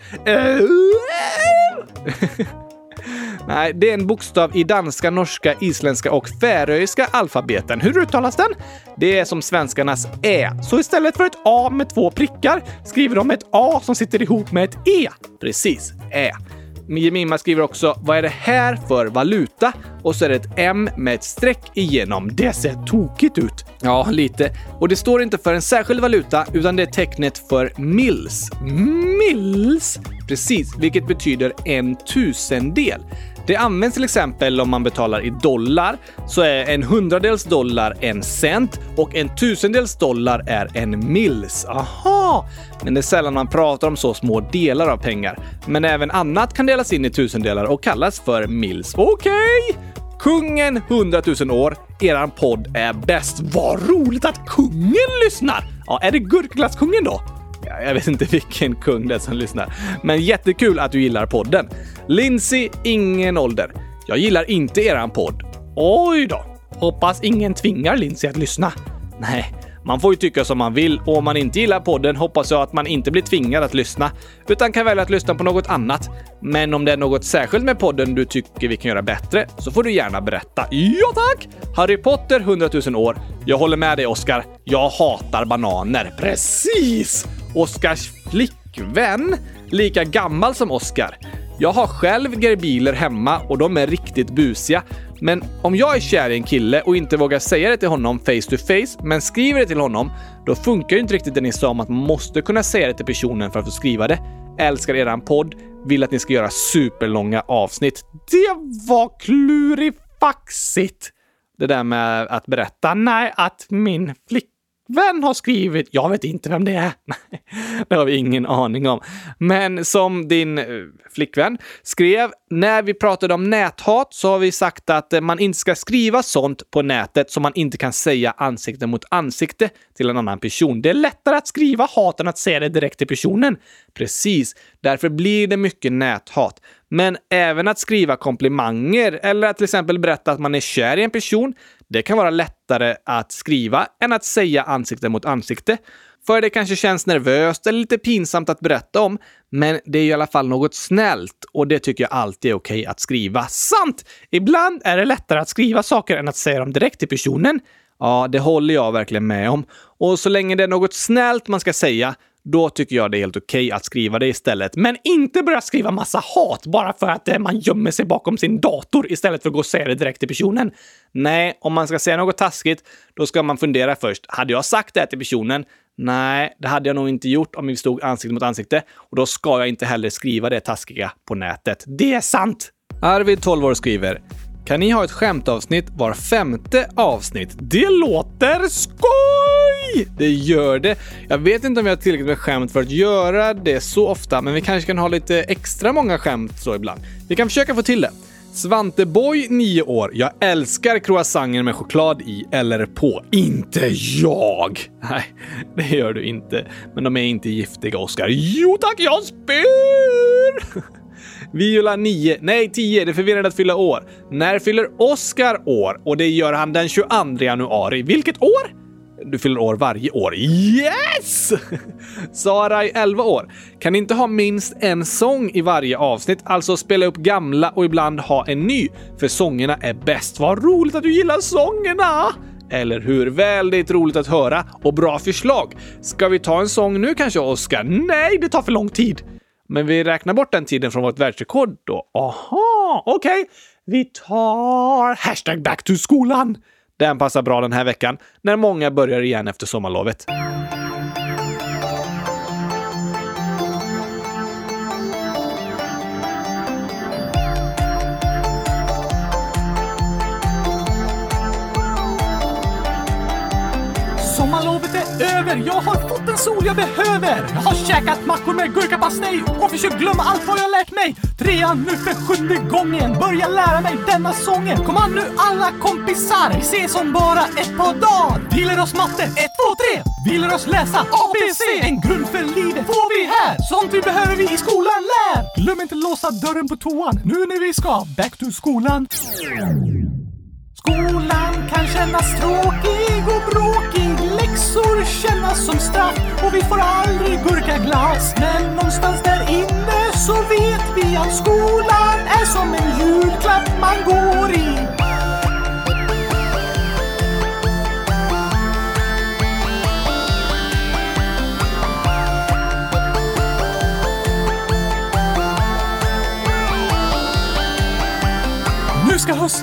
Nej, det är en bokstav i danska, norska, isländska och färöiska alfabeten. Hur uttalas den? Det är som svenskarnas Ä. Så istället för ett A med 2 prickar skriver de ett A som sitter ihop med ett E. Precis, Ä. Jemima skriver också, vad är det här för valuta? Och så är det ett M med ett streck igenom. Det ser tokigt ut. Ja, lite. Och det står inte för en särskild valuta utan det är tecknet för mils. Mils? Precis, vilket betyder 1/1000. Det används till exempel om man betalar i dollar, så är 100-dels dollar 1 cent och 1/1000-dels dollar är 1 mils. Aha! Men det är sällan man pratar om så små delar av pengar. Men även annat kan delas in i tusendelar och kallas för mils. Okej! Kungen 100 000 år, eran podd är bäst. Vad roligt att kungen lyssnar! Ja, är det Gurkglasskungen då? Jag vet inte vilken kung det är som lyssnar. Men jättekul att du gillar podden. Lindsay, ingen ålder. Jag gillar inte eran podd. Oj då. Hoppas ingen tvingar Lindsay att lyssna. Nej, man får ju tycka som man vill. Och om man inte gillar podden hoppas jag att man inte blir tvingad att lyssna. Utan kan välja att lyssna på något annat. Men om det är något särskilt med podden du tycker vi kan göra bättre så får du gärna berätta. Ja tack! Harry Potter 100 000 år. Jag håller med dig, Oscar. Jag hatar bananer. Precis! Oscars flickvän, lika gammal som Oscar. Jag har själv gerbiler hemma och de är riktigt busiga. Men om jag är kär i en kille och inte vågar säga det till honom face to face, men skriver det till honom, då funkar ju inte riktigt det ni sa om att man måste kunna säga det till personen för att få skriva det. Älskar eran podd, vill att ni ska göra superlånga avsnitt. Det var klurifaxigt. Det där med att berätta. Nej, att min flickvän har skrivit. Jag vet inte vem det är. Det har vi ingen aning om. Men som din flickvän skrev, när vi pratade om näthat så har vi sagt att man inte ska skriva sånt på nätet som man inte kan säga ansikte mot ansikte till en annan person. Det är lättare att skriva hat än att säga det direkt till personen. Precis, därför blir det mycket näthat. Men även att skriva komplimanger eller att till exempel berätta att man är kär i en person, det kan vara lättare att skriva än att säga ansikte mot ansikte. För det kanske känns nervöst eller lite pinsamt att berätta om, men det är i alla fall något snällt och det tycker jag alltid är okej att skriva. Sant! Ibland är det lättare att skriva saker än att säga dem direkt till personen. Ja, det håller jag verkligen med om. Och så länge det är något snällt man ska säga, då tycker jag det är helt okej att skriva det istället. Men inte börja skriva massa hat bara för att man gömmer sig bakom sin dator istället för att gå och säga det direkt till personen. Nej, om man ska säga något taskigt, då ska man fundera först. Hade jag sagt det till personen? Nej, det hade jag nog inte gjort om vi stod ansikte mot ansikte. Och då ska jag inte heller skriva det taskiga på nätet. Det är sant! Arvid, 12 år, skriver: kan ni ha ett skämtavsnitt var 5:e avsnitt? Det låter skoj! Det gör det. Jag vet inte om vi har tillräckligt med skämt för att göra det så ofta, men vi kanske kan ha lite extra många skämt så ibland. Vi kan försöka få till det. Svanteboy, 9 år. Jag älskar croissanter med choklad i eller på. Inte jag! Nej, det gör du inte. Men de är inte giftiga, Oscar. Jo tack, jag spyr! Viola, 9. Nej, 10. Det är förvirrande att fylla år. När fyller Oscar år? Och det gör han den 22 januari. Vilket år? Du fyller år varje år. Yes! Sara, 11 år. Kan inte ha minst en sång i varje avsnitt. Alltså spela upp gamla och ibland ha en ny. För sångerna är bäst. Vad roligt att du gillar sångerna! Eller hur? Väldigt roligt att höra. Och bra förslag. Ska vi ta en sång nu kanske, Oscar? Nej, det tar för lång tid. Men vi räknar bort den tiden från vårt världsrekord då. Aha, okej. Vi tar #backtoskolan. Den passar bra den här veckan när många börjar igen efter sommarlovet. Sommarlovet är över, jag har fått den sol jag behöver. Jag har käkat mackor med gurkapastej och försökt glömma allt vad jag lärt mig. 3:an nu för 7:e gången, börja lära mig denna sången. Kom an nu alla kompisar, vi ses om bara ett par dagar. Vi lär oss matte, 1, 2, 3. Vi lär oss läsa ABC, en grund för livet får vi här. Sånt vi behöver vi i skolan lär. Glöm inte låsa dörren på toan, nu när vi ska back to skolan. Skolan kan kännas tråkig och bråkig. Läxor kännas som straff och vi får aldrig gurkaglass. Men någonstans där inne så vet vi att skolan är som en julklapp man går i.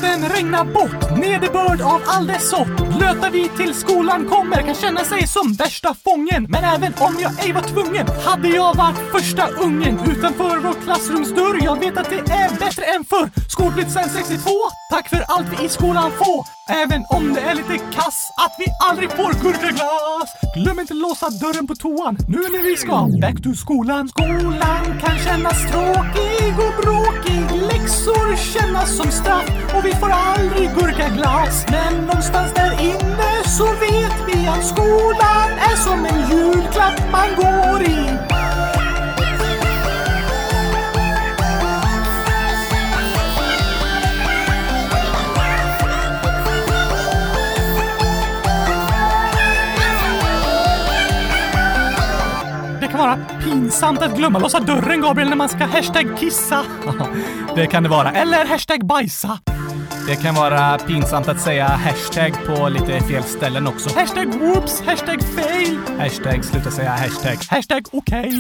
hösten regnar bort, nederbörd av all dess sort. Blöta vi till skolan kommer, kan känna sig som värsta fången. Men även om jag ej var tvungen, hade jag varit första ungen utanför vår klassrumsdörr. Jag vet att det är bättre än förr. Skolplikt sen 62, tack för allt vi i skolan får. Även om det är lite kass att vi aldrig får gurkaglass. Glöm inte låsa dörren på toan nu när vi ska back to skolan. Skolan kan kännas tråkig och bråkig, läxor kännas som straff och vi får aldrig gurkaglass. Men någonstans där inne så vet vi att skolan är som en julklapp man går i. Det kan vara pinsamt att glömma låsa dörren, Gabriel, när man ska #kissa. Det kan det vara. Eller #bajsa. Det kan vara pinsamt att säga hashtag på lite fel ställen också. #whoops, #fail, sluta säga hashtag okej.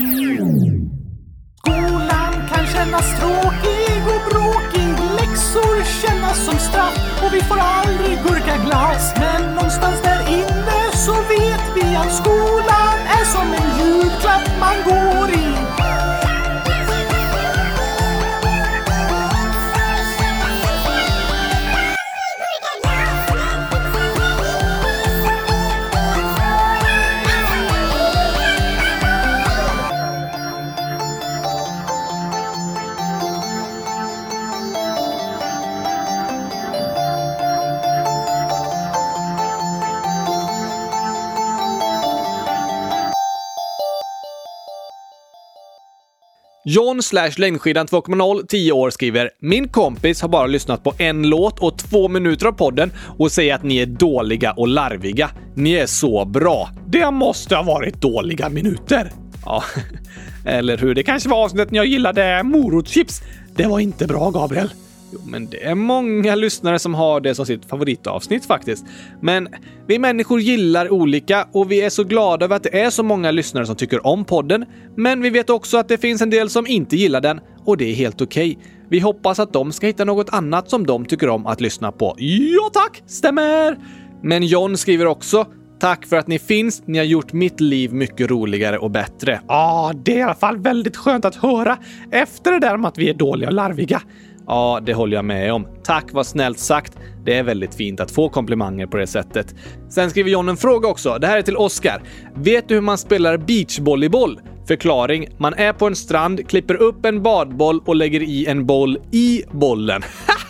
Skolan kan kännas tråkig och bråkig, läxor kännas som straff och vi får aldrig gurkaglass. Men någonstans där inne så vet vi att skolan är som en julklapp man går i. John/längdskidan 2.0 10 år skriver: Min kompis har bara lyssnat på en låt och 2 minuter av podden och säger att ni är dåliga och larviga. Ni är så bra. Det måste ha varit dåliga minuter. Ja, eller hur? Det kanske var avsnittet när jag gillade morotschips. Det var inte bra, Gabriel. Jo, men det är många lyssnare som har det som sitt favoritavsnitt faktiskt. Men vi människor gillar olika och vi är så glada över att det är så många lyssnare som tycker om podden. Men vi vet också att det finns en del som inte gillar den och det är helt okej. Vi hoppas att de ska hitta något annat som de tycker om att lyssna på. Ja tack, stämmer! Men John skriver också: Tack för att ni finns. Ni har gjort mitt liv mycket roligare och bättre. Det är i alla fall väldigt skönt att höra efter det där om att vi är dåliga och larviga. Ja, det håller jag med om. Tack, vad snällt sagt. Det är väldigt fint att få komplimanger på det sättet. Sen skriver John en fråga också. Det här är till Oscar. Vet du hur man spelar beachvolleyboll? Förklaring. Man är på en strand, klipper upp en badboll och lägger i en boll i bollen.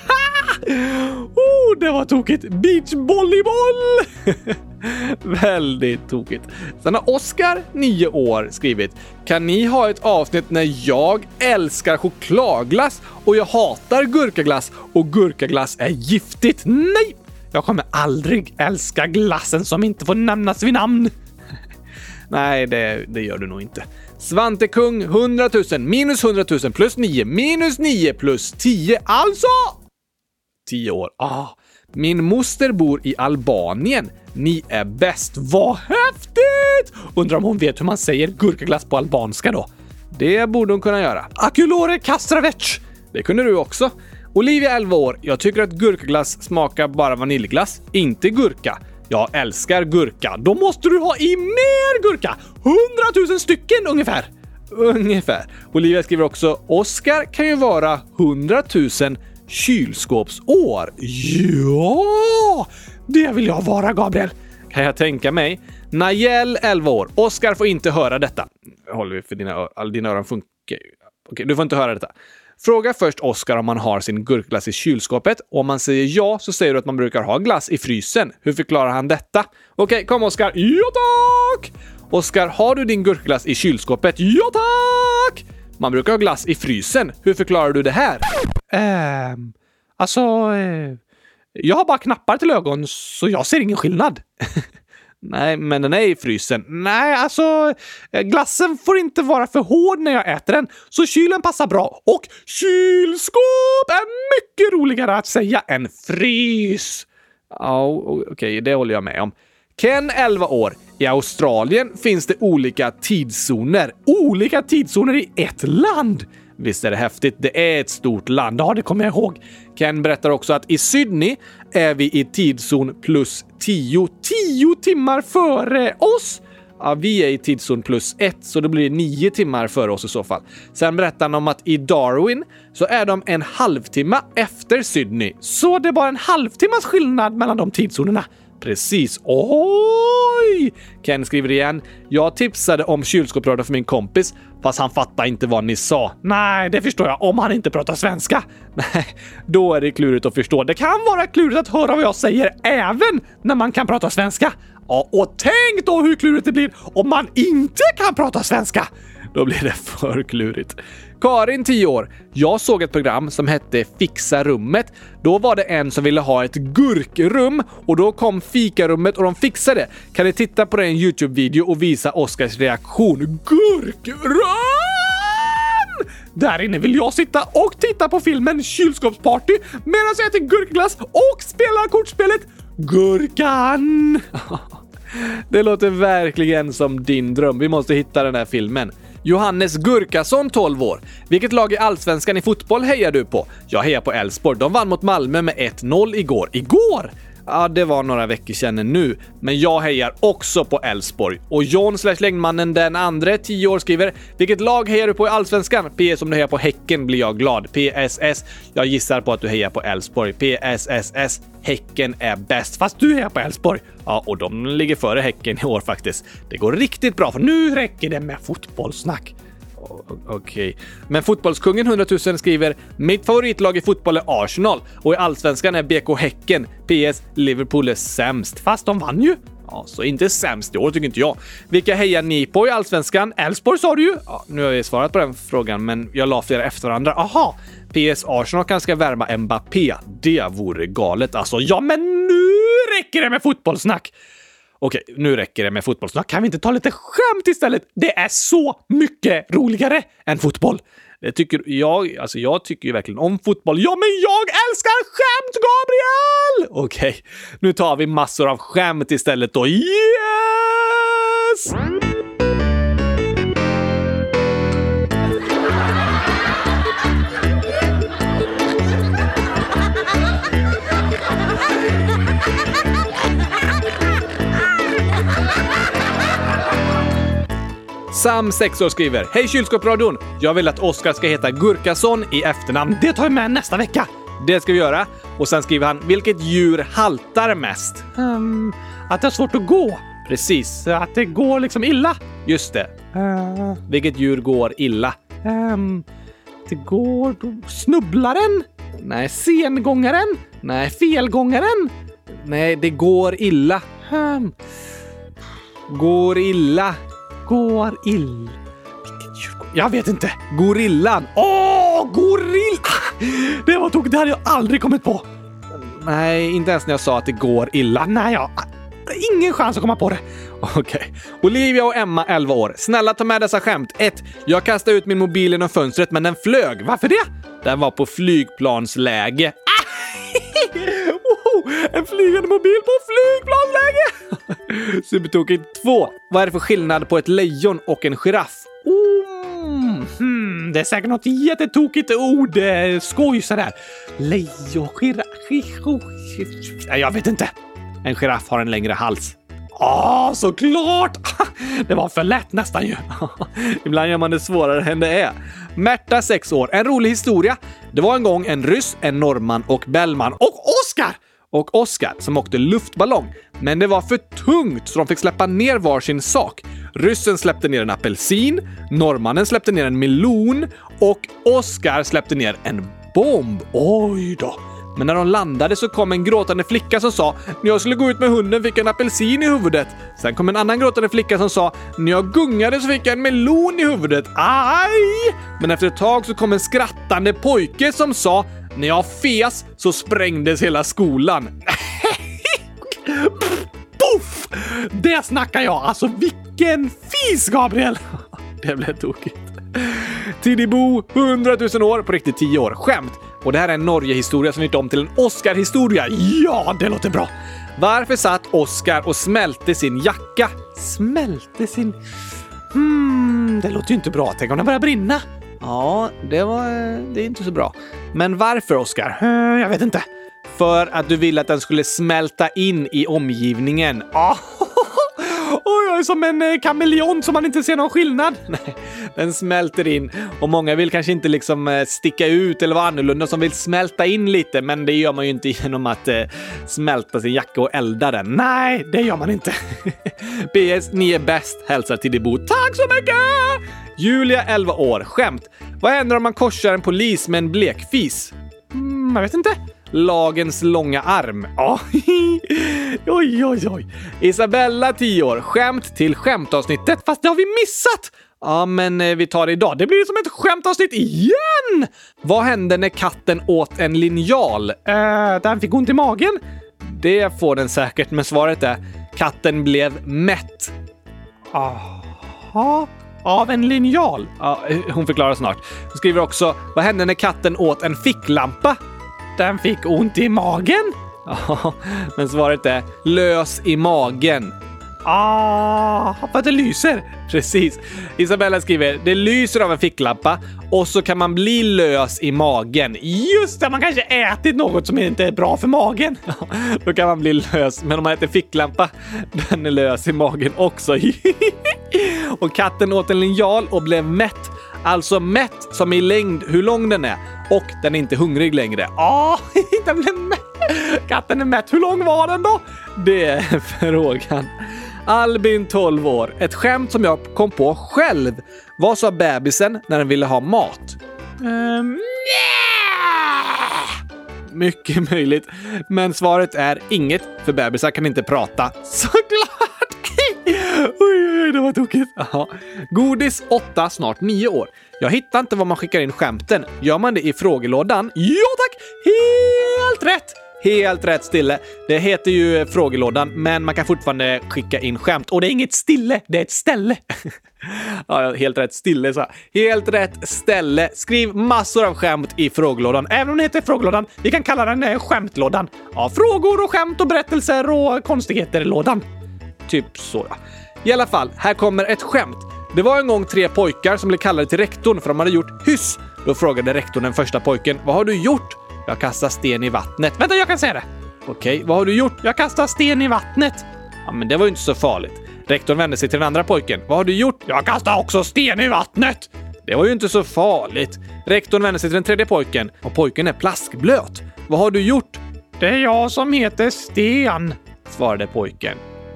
Det var tokigt. Beachvolleyboll! Väldigt tokigt. Sen har Oscar, 9 år, skrivit: Kan ni ha ett avsnitt när jag älskar chokladglass och jag hatar gurkaglass och gurkaglass är giftigt? Nej! Jag kommer aldrig älska glassen som inte får nämnas vid namn. Nej, det gör du nog inte. Svante Kung, 100 000 minus 100 000 plus 9 minus 9 plus 10, alltså 10 år. Min moster bor i Albanien. Ni är bäst. Vad häftigt! Undrar om hon vet hur man säger gurkaglass på albanska då. Det borde hon kunna göra. Akulore Kastravec. Det kunde du också. Olivia, 11 år. Jag tycker att gurkaglass smakar bara vaniljglass, inte gurka. Jag älskar gurka. Då måste du ha i mer gurka. 100 000 stycken ungefär. Olivia skriver också: Oscar kan ju vara 100 000 kylskåpsår. Ja, det vill jag vara, Gabriel. Kan jag tänka mig. Najel, 11 år. Oscar får inte höra detta. Håller vi för dina öron funkar. Okej, du får inte höra detta. Fråga först Oscar om man har sin gurkglass i kylskåpet. Och om man säger ja så säger du att man brukar ha glass i frysen. Hur förklarar han detta? Okej, kom Oscar. Ja tack! Oscar, har du din gurkglass i kylskåpet? Ja tack! Man brukar ha glass i frysen. Hur förklarar du det här? Jag har bara knappar till ögon så jag ser ingen skillnad. Nej, men den är i frysen. Nej, glassen får inte vara för hård när jag äter den, så kylen passar bra. Och kylskåp är mycket roligare att säga än frys. Okej, det håller jag med om. Ken, 11 år. I Australien finns det olika tidszoner. Olika tidszoner i ett land? Visst är det häftigt? Det är ett stort land. Ja, det kommer jag ihåg. Ken berättar också att i Sydney är vi i tidszon plus 10. 10 timmar före oss? Ja, vi är i tidszon plus 1, så det blir 9 timmar före oss i så fall. Sen berättar han om att i Darwin så är de en halvtimme efter Sydney. Så det är bara en halvtimmas skillnad mellan de tidszonerna? Precis. Oj! Ken skriver igen. Jag tipsade om kylskåpsradion för min kompis, fast han fattar inte vad ni sa. Nej, det förstår jag. Om han inte pratar svenska. Nej, då är det klurigt att förstå. Det kan vara klurigt att höra vad jag säger även när man kan prata svenska. Ja, och tänk då hur klurigt det blir om man inte kan prata svenska. Då blir det för klurigt. Karin, 10 år. Jag såg ett program som hette Fixa rummet. Då var det en som ville ha ett gurkrum och då kom fikarummet och de fixade. Kan ni titta på den YouTube-video och visa Oscars reaktion? Gurkrum! Där inne vill jag sitta och titta på filmen Kylskåpsparty medan jag äter gurkglass och spelar kortspelet Gurkan. Det låter verkligen som din dröm. Vi måste hitta den här filmen. Johannes Gurkason, 12 år. Vilket lag i Allsvenskan i fotboll hejar du på? Jag hejar på Elfsborg. De vann mot Malmö med 1-0 igår. Igår? Ja, det var några veckor sedan nu. Men jag hejar också på Elfsborg. Och John/Längmannen den andra, 10 år, skriver: vilket lag hejar du på i Allsvenskan? PS, om du hejar på Häcken blir jag glad. PSS, jag gissar på att du hejar på Elfsborg. PSSS, Häcken är bäst. Fast du hejar på Elfsborg. Ja, och de ligger före Häcken i år faktiskt. Det går riktigt bra, för nu räcker det med fotbollssnack. Okej. Men fotbollskungen 100 000 skriver: mitt favoritlag i fotboll är Arsenal och i Allsvenskan är BK Häcken. PS, Liverpool är sämst. Fast de vann ju. Ja, så inte sämst i år tycker inte jag. Vilka hejar ni på i Allsvenskan? Elfsborg sa du ju. Ja, nu har jag svarat på den frågan, men jag la flera efter varandra. Aha, PS, Arsenal kan ska värma Mbappé. Det vore galet alltså. Ja, men nu räcker det med fotbollssnack. Okej, nu räcker det med fotbollssnack. Kan vi inte ta lite skämt istället? Det är så mycket roligare än fotboll. Det tycker jag. Alltså jag tycker ju verkligen om fotboll. Ja, men jag älskar skämt, Gabriel! Okej, nu tar vi massor av skämt istället då. Yes! Sam, 6 år, skriver: hej kylskåpsradion! Jag vill att Oscar ska heta Gurkason i efternamn. Det tar jag med nästa vecka. Det ska vi göra. Och sen skriver han: vilket djur haltar mest? Att det är svårt att gå. Precis. Att det går liksom illa. Just det. Vilket djur går illa? Det går... Snubblaren? Nej. Sengångaren? Nej. Felgångaren? Nej, det går illa. Går illa. Går ill. Jag vet inte. Gorillan. Gorilla! Det var tokigt. Det hade jag aldrig kommit på. Nej, inte ens när jag sa att det går illa. Nej, jag har ingen chans att komma på det. Okej. Olivia och Emma, 11 år. Snälla ta med dessa skämt. 1. Jag kastade ut min mobil genom fönstret men den flög. Varför det? Den var på flygplansläge. En flygande mobil på flygplansläge! Supertokigt. 2. Vad är det för skillnad på ett lejon och en giraff? Det är säkert något jättetokigt ord. Skoj sådär. Lejon, giraff... Jag vet inte. En giraff har en längre hals. Såklart! Det var för lätt nästan ju. Ibland gör man det svårare än det är. Märta, 6 år. En rolig historia. Det var en gång en ryss, en norrman och Bellman och Oscar som åkte luftballong. Men det var för tungt så de fick släppa ner varsin sak. Ryssen släppte ner en apelsin, norrmannen släppte ner en melon och Oscar släppte ner en bomb. Oj då. Men när de landade så kom en gråtande flicka som sa: när jag skulle gå ut med hunden fick jag en apelsin i huvudet. Sen kom en annan gråtande flicka som sa: när jag gungade så fick jag en melon i huvudet. Aj! Men efter ett tag så kom en skrattande pojke som sa: när jag fes så sprängdes hela skolan. Puff! Det snackar jag. Alltså vilken fis, Gabriel. Det blev tokigt. Tidibo, 100 000 år, på riktigt 10 år. Skämt. Och det här är en Norge-historia som gjort om till en Oscar-historia. Ja, det låter bra. Varför satt Oscar och smälte sin jacka? Smälte sin... Det låter ju inte bra. Tänk om den börjar brinna. Ja, det är inte så bra. Men varför, Oscar? Jag vet inte. För att du ville att den skulle smälta in i omgivningen. Oj, som en kameleont som man inte ser någon skillnad. Nej, den smälter in. Och många vill kanske inte liksom sticka ut eller vara annorlunda, som vill smälta in lite. Men det gör man ju inte genom att smälta sin jacka och elda den. Nej, det gör man inte. PS, ni är bäst. Hälsar till Dibo. Tack så mycket! Julia, 11 år. Skämt. Vad händer om man korsar en polis med en blekfis? Jag vet inte. Lagens långa arm. Oj. Isabella, 10 år. Skämt till skämtavsnittet. Fast det har vi missat. Ja, men vi tar det idag. Det blir som ett skämtavsnitt igen. Vad hände när katten åt en linjal? Den fick ont i magen. Det får den säkert, men svaret är katten blev mätt. Aha. Av en linjal? Ja, hon förklarar snart. Hon skriver också, vad hände när katten åt en ficklampa? Den fick ont i magen? Ja, men svaret är lös i magen. För att det lyser. Precis. Isabella skriver, det lyser av en ficklampa och så kan man bli lös i magen. Just det, man kanske ätit något som inte är bra för magen. Då kan man bli lös, men om man äter ficklampa, den är lös i magen också. Och katten åt en linjal och blev mätt. Alltså mätt som i längd hur lång den är. Och den är inte hungrig längre. Den blev mätt. Katten är mätt. Hur lång var den då? Det är frågan. Albin, 12 år. Ett skämt som jag kom på själv. Vad sa bebisen när den ville ha mat? Mycket möjligt. Men svaret är inget, för bebisar kan inte prata. Såklart! Oj, det var tokigt. Aha. Godis, 8, snart 9 år. Jag hittar inte var man skickar in skämten. Gör man det i frågelådan? Ja tack! Helt rätt! Helt rätt, Stille. Det heter ju frågelådan, men man kan fortfarande skicka in skämt. Och det är inget stille, det är ett ställe. Ja, helt rätt, Stille så. Helt rätt ställe. Skriv massor av skämt i frågelådan. Även om det heter frågelådan, vi kan kalla den skämtlådan. Ja, frågor och skämt och berättelser och konstigheter-lådan. Typ så, ja. I alla fall, här kommer ett skämt. Det var en gång 3 pojkar som blev kallade till rektorn för de hade gjort hyss. Då frågade rektorn den första pojken, vad har du gjort? Jag kastar sten i vattnet. Vänta, jag kan säga det. Okej, vad har du gjort? Jag kastar sten i vattnet. Ja, men det var ju inte så farligt. Rektorn vände sig till den andra pojken. Vad har du gjort? Jag kastar också sten i vattnet. Det var ju inte så farligt. Rektorn vände sig till den tredje pojken. Och pojken är plaskblöt. Vad har du gjort? Det är jag som heter Sten, svarade pojken.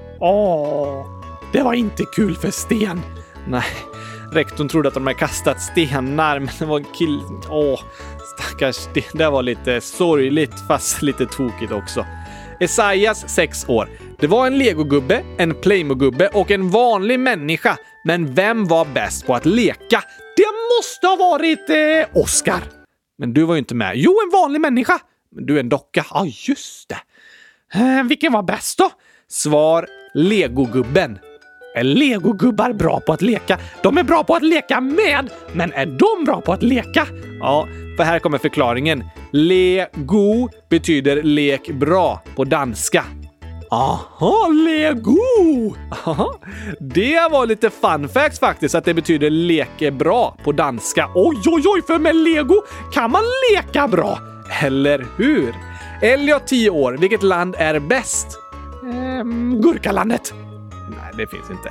Det var inte kul för Sten. Nej, rektorn trodde att de hade kastat stenar, men det var en kill. Stackars, det var lite sorgligt fast lite tokigt också. Esaias, 6 år. Det var en legogubbe, en Playmo-gubbe och en vanlig människa. Men vem var bäst på att leka? Det måste ha varit Oscar. Men du var ju inte med. Jo, en vanlig människa. Men du är en docka. Ja, just det. Vilken var bäst då? Svar, legogubben. Är legogubbar bra på att leka? De är bra på att leka med, men är de bra på att leka? Ja, för här kommer förklaringen. Lego betyder lek bra på danska. Aha, Lego! Aha, det var lite fun facts faktiskt, att det betyder lek bra på danska. Oj, för med Lego kan man leka bra. Eller hur? Elliot, 10 år. Vilket land är bäst? Gurkalandet. Nej, det finns inte.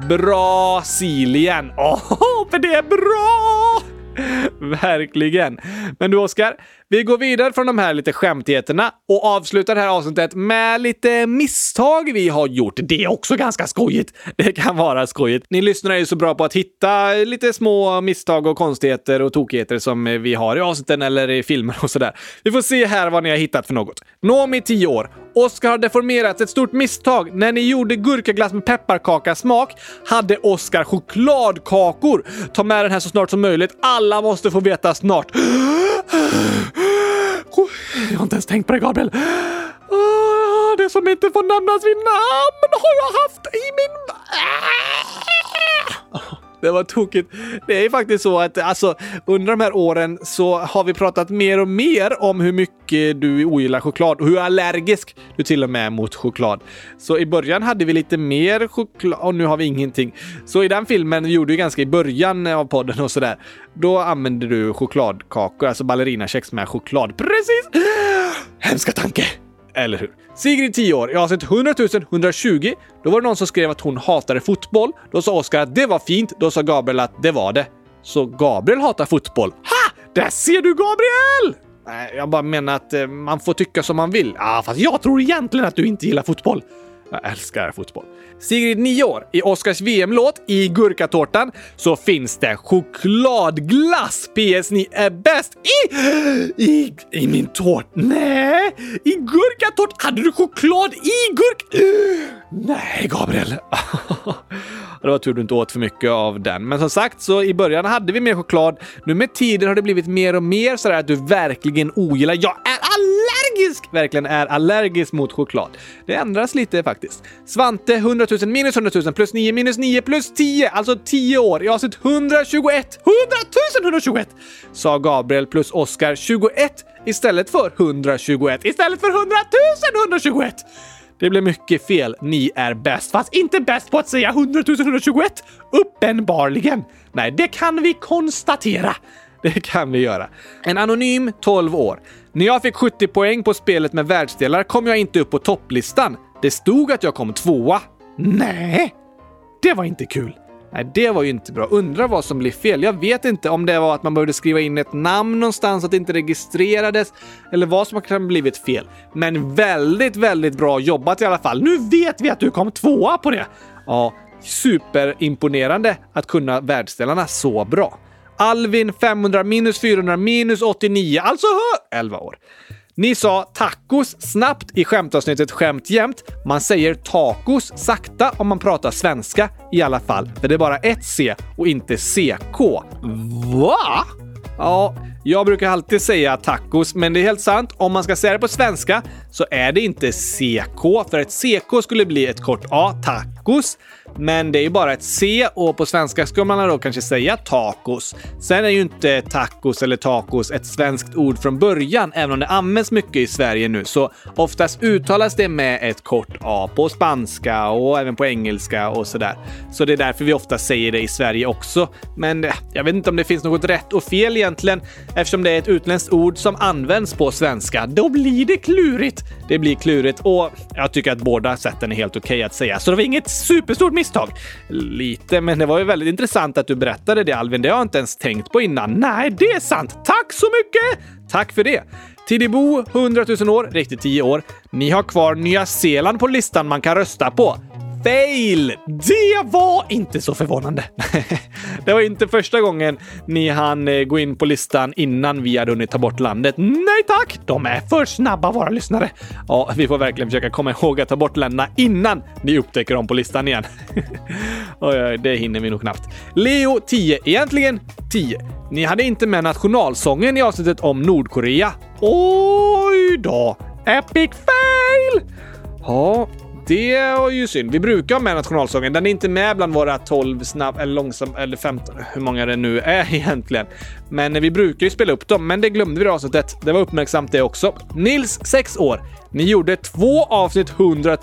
Brasilien. För det är bra! Verkligen. Men du, Oscar, vi går vidare från de här lite skämtigheterna och avslutar det här avsnittet med lite misstag vi har gjort. Det är också ganska skojigt. Det kan vara skojigt. Ni lyssnare är ju så bra på att hitta lite små misstag och konstigheter och tokigheter som vi har i avsnitten eller i filmer och sådär. Vi får se här vad ni har hittat för något. Nomi, 10 år. Oscar har deformerat ett stort misstag. När ni gjorde gurkaglass med pepparkakasmak hade Oscar chokladkakor. Ta med den här så snart som möjligt. Alla måste få veta snart. Jag har inte ens tänkt på det, Gabriel. Det som inte får nämnas vid namn har jag haft i min... Det var tokigt. Det är faktiskt så att under de här åren så har vi pratat mer och mer om hur mycket du ogillar choklad och hur allergisk du till och med är mot choklad. Så i början hade vi lite mer choklad och nu har vi ingenting. Så i den filmen vi gjorde ju ganska i början av podden och sådär. Då använde du chokladkakor, alltså ballerinakex med choklad. Precis! Hemska tanke! Eller hur? Sigrid 10 år, i avsnitt 100 120, då var det någon som skrev att hon hatade fotboll. Då sa Oskar att det var fint, då sa Gabriel att det var det. Så Gabriel hatar fotboll. Ha! Där ser du, Gabriel! Nej, jag bara menar att man får tycka som man vill. Fast jag tror egentligen att du inte gillar fotboll. Jag älskar fotboll. Sigrid 9 år. I Oscars VM-låt I gurkatårtan så finns det chokladglass. PS, ni är bäst i min tårt. Nej, i gurkatårt. Hade du choklad i gurk? Nej, Gabriel. Det var tur du inte åt för mycket av den. Men som sagt, så i början hade vi mer choklad. Nu med tiden har det blivit mer och mer sådär att du verkligen ogillar. Jag är allergisk! Verkligen är allergisk mot choklad. Det ändras lite faktiskt. Svante 100 000 minus 100 000 plus 9 minus 9 plus 10. Alltså 10 år. Jag har sett 121. 100 000 121! Sa Gabriel plus Oskar 21 istället för 121. Istället för 100 000 121! Det blev mycket fel. Ni är bäst. Fast inte bäst på att säga 100 000 121. Uppenbarligen. Nej, det kan vi konstatera. Det kan vi göra. En anonym 12 år. När jag fick 70 poäng på spelet med världsdelar kom jag inte upp på topplistan. Det stod att jag kom 2:a. Nej, det var inte kul. Nej, det var ju inte bra. Undrar vad som blev fel. Jag vet inte om det var att man behövde skriva in ett namn någonstans att det inte registrerades eller vad som kan ha blivit fel. Men väldigt, väldigt bra jobbat i alla fall. Nu vet vi att du kom 2:a på det. Ja, superimponerande att kunna världsdelarna så bra. Alvin 500 minus 400 minus 89, alltså 11 år. Ni sa tacos snabbt i skämtavsnittet skämt jämt. Man säger tacos sakta om man pratar svenska i alla fall. För det är bara ett C och inte CK. Va? Ja, jag brukar alltid säga tacos, men det är helt sant. Om man ska säga det på svenska så är det inte CK. För ett CK skulle bli ett kort A, tacos. Men det är ju bara ett C och på svenska ska man då kanske säga tacos. Sen är ju inte tacos eller tacos ett svenskt ord från början, även om det används mycket i Sverige nu. Så oftast uttalas det med ett kort A på spanska och även på engelska och sådär. Så det är därför vi ofta säger det i Sverige också. Men jag vet inte om det finns något rätt och fel egentligen, eftersom det är ett utländskt ord som används på svenska. Då blir det klurigt. Det blir klurigt och jag tycker att båda sätten är helt okej att säga. Så det var inget superstort misstag. Lite, men det var ju väldigt intressant att du berättade det, Alvin. Det har jag inte ens tänkt på innan. Nej, det är sant. Tack så mycket! Tack för det. Tidibo, 100 000 år, riktigt 10 år. Ni har kvar Nya Zeeland på listan man kan rösta på. Fail! Det var inte så förvånande. Det var inte första gången ni hann gå in på listan innan vi hade hunnit ta bort landet. Nej tack! De är för snabba våra lyssnare. Ja, vi får verkligen försöka komma ihåg att ta bort länderna innan ni upptäcker dem på listan igen. Oj, det hinner vi nog knappt. Leo 10, egentligen 10. Ni hade inte med nationalsången i avsnittet om Nordkorea. Oj då! Epic fail! Ja, det var ju synd. Vi brukar ha med nationalsången. Den är inte med bland våra 12 snabb eller långsam eller 15, hur många det nu är egentligen. Men vi brukar ju spela upp dem, men det glömde vi i avsnittet. Det var uppmärksamt det också. Nils, 6 år. Ni gjorde 2 avsnitt 100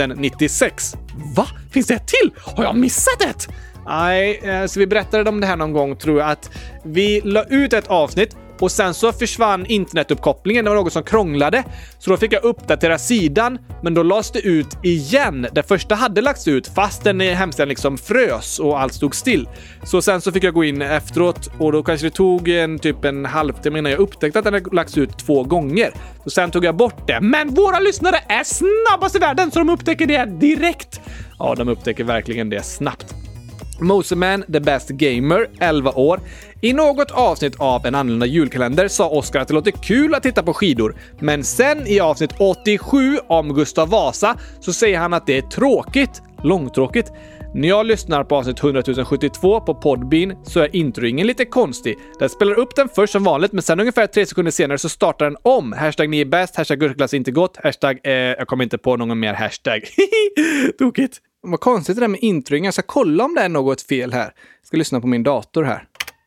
096. Va? Finns det ett till? Har jag missat ett? Nej, så vi berättade om det här någon gång, tror jag, att vi la ut ett avsnitt och sen så försvann internetuppkopplingen. Det var något som krånglade. Så då fick jag uppdatera sidan. Men då lades det ut igen. Det första hade lagts ut fast den hemsidan liksom frös och allt stod still. Så sen så fick jag gå in efteråt. Och då kanske det tog en halvtimme innan jag upptäckte att den hade lagts ut 2 gånger. Så sen tog jag bort det. Men våra lyssnare är snabbast i världen, så de upptäcker det direkt. Ja, de upptäcker verkligen det snabbt. Moseman, the best gamer, 11 år. I något avsnitt av En annorlunda julkalender sa Oskar att det låter kul att titta på skidor. Men sen i avsnitt 87 om Gustav Vasa så säger han att det är tråkigt. Långtråkigt. När jag lyssnar på avsnitt 100 072 på Podbean så är introingen lite konstig. Den spelar upp den först som vanligt, men sen ungefär 3 sekunder senare så startar den om. Hashtag ni är bäst, hashtag gurkglass inte gott, hashtag jag kommer inte på någon mer hashtag. Tokigt. Vad konstigt det där med introingen. Jag ska kolla om det är något fel här. Jag ska lyssna på min dator här.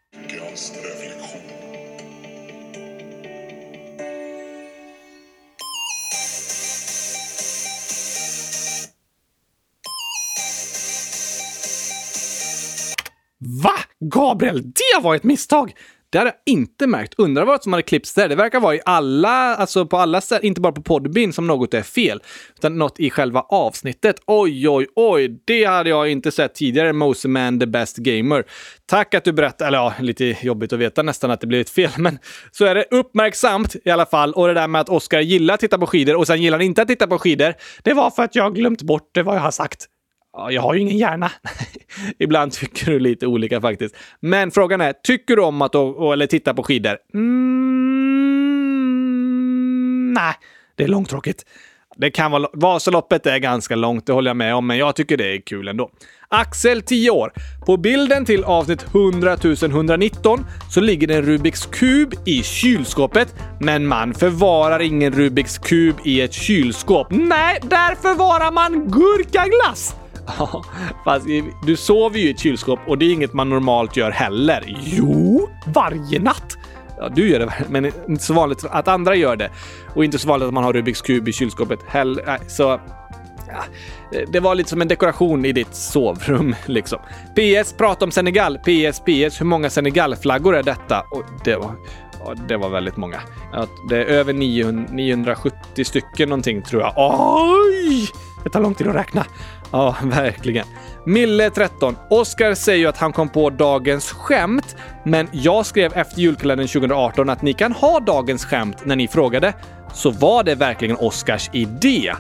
Va? Gabriel, det var ett misstag! Det hade jag inte märkt. Undrar vad som hade klippts där. Det verkar vara i alla, alltså på alla ställen, inte bara på Podbean som något är fel, utan något i själva avsnittet. Oj, det hade jag inte sett tidigare. Moseman, the best gamer. Tack att du berättade, eller ja, lite jobbigt att veta nästan att det blev ett fel, men så är det uppmärksamt i alla fall. Och det där med att Oscar gillar att titta på skidor och sen gillar han inte att titta på skidor, det var för att jag glömt bort vad jag har sagt. Ja, jag har ju ingen hjärna. Ibland tycker du lite olika faktiskt. Men frågan är, tycker du om att eller titta på skidor? Nej, det är långtråkigt. Det kan vara, Vasaloppet är ganska långt, det håller jag med om, men jag tycker det är kul ändå. Axel, 10 år. På bilden till avsnitt 100 119 så ligger det en Rubiks kub i kylskåpet, men man förvarar ingen Rubiks kub i ett kylskåp. Nej, där förvarar man gurkaglass. Ja, fast du sover ju i ett kylskåp och det är inget man normalt gör heller. Jo, varje natt. Ja, du gör det, men inte så vanligt att andra gör det. Och inte så vanligt att man har Rubiks kub i kylskåpet heller. Så ja, det var lite som en dekoration i ditt sovrum liksom. PS, prata om Senegal. PS, hur många Senegal-flaggor är detta? Och det var väldigt många. Det är över 970 stycken någonting tror jag. Oj! Det tar lång tid att räkna. Ja, verkligen. Mille, 13. Oscar säger ju att han kom på dagens skämt, men jag skrev efter julkalendern 2018 att ni kan ha dagens skämt när ni frågade. Så var det verkligen Oscars idé?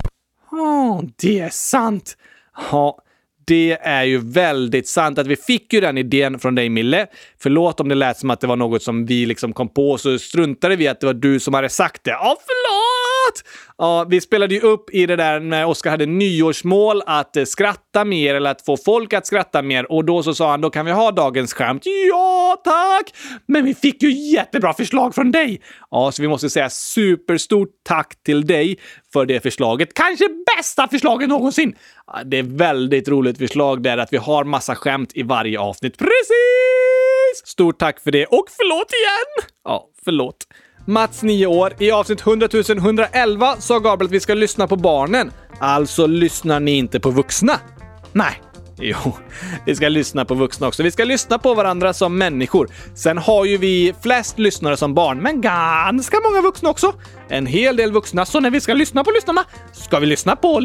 Det är sant. Ja, det är ju väldigt sant att vi fick ju den idén från dig, Mille. Förlåt om det lät som att det var något som vi liksom kom på, så struntade vi att det var du som hade sagt det. Ja, förlåt! Ja, vi spelade ju upp i det där när Oscar hade nyårsmål att skratta mer eller att få folk att skratta mer. Och då så sa han, då kan vi ha dagens skämt. Ja, tack! Men vi fick ju jättebra förslag från dig. Ja, så vi måste säga superstort tack till dig för det förslaget. Kanske bästa förslaget någonsin. Ja, det är väldigt roligt förslag där att vi har massa skämt i varje avsnitt. Precis! Stort tack för det och förlåt igen! Ja, förlåt. Mats, 9 år. I avsnitt 100 111 sa Gabriel att vi ska lyssna på barnen. Alltså lyssnar ni inte på vuxna? Nej. Jo, vi ska lyssna på vuxna också. Vi ska lyssna på varandra som människor. Sen har ju vi flest lyssnare som barn, men ganska många vuxna också. En hel del vuxna, så när vi ska lyssna på lyssnarna ska vi lyssna på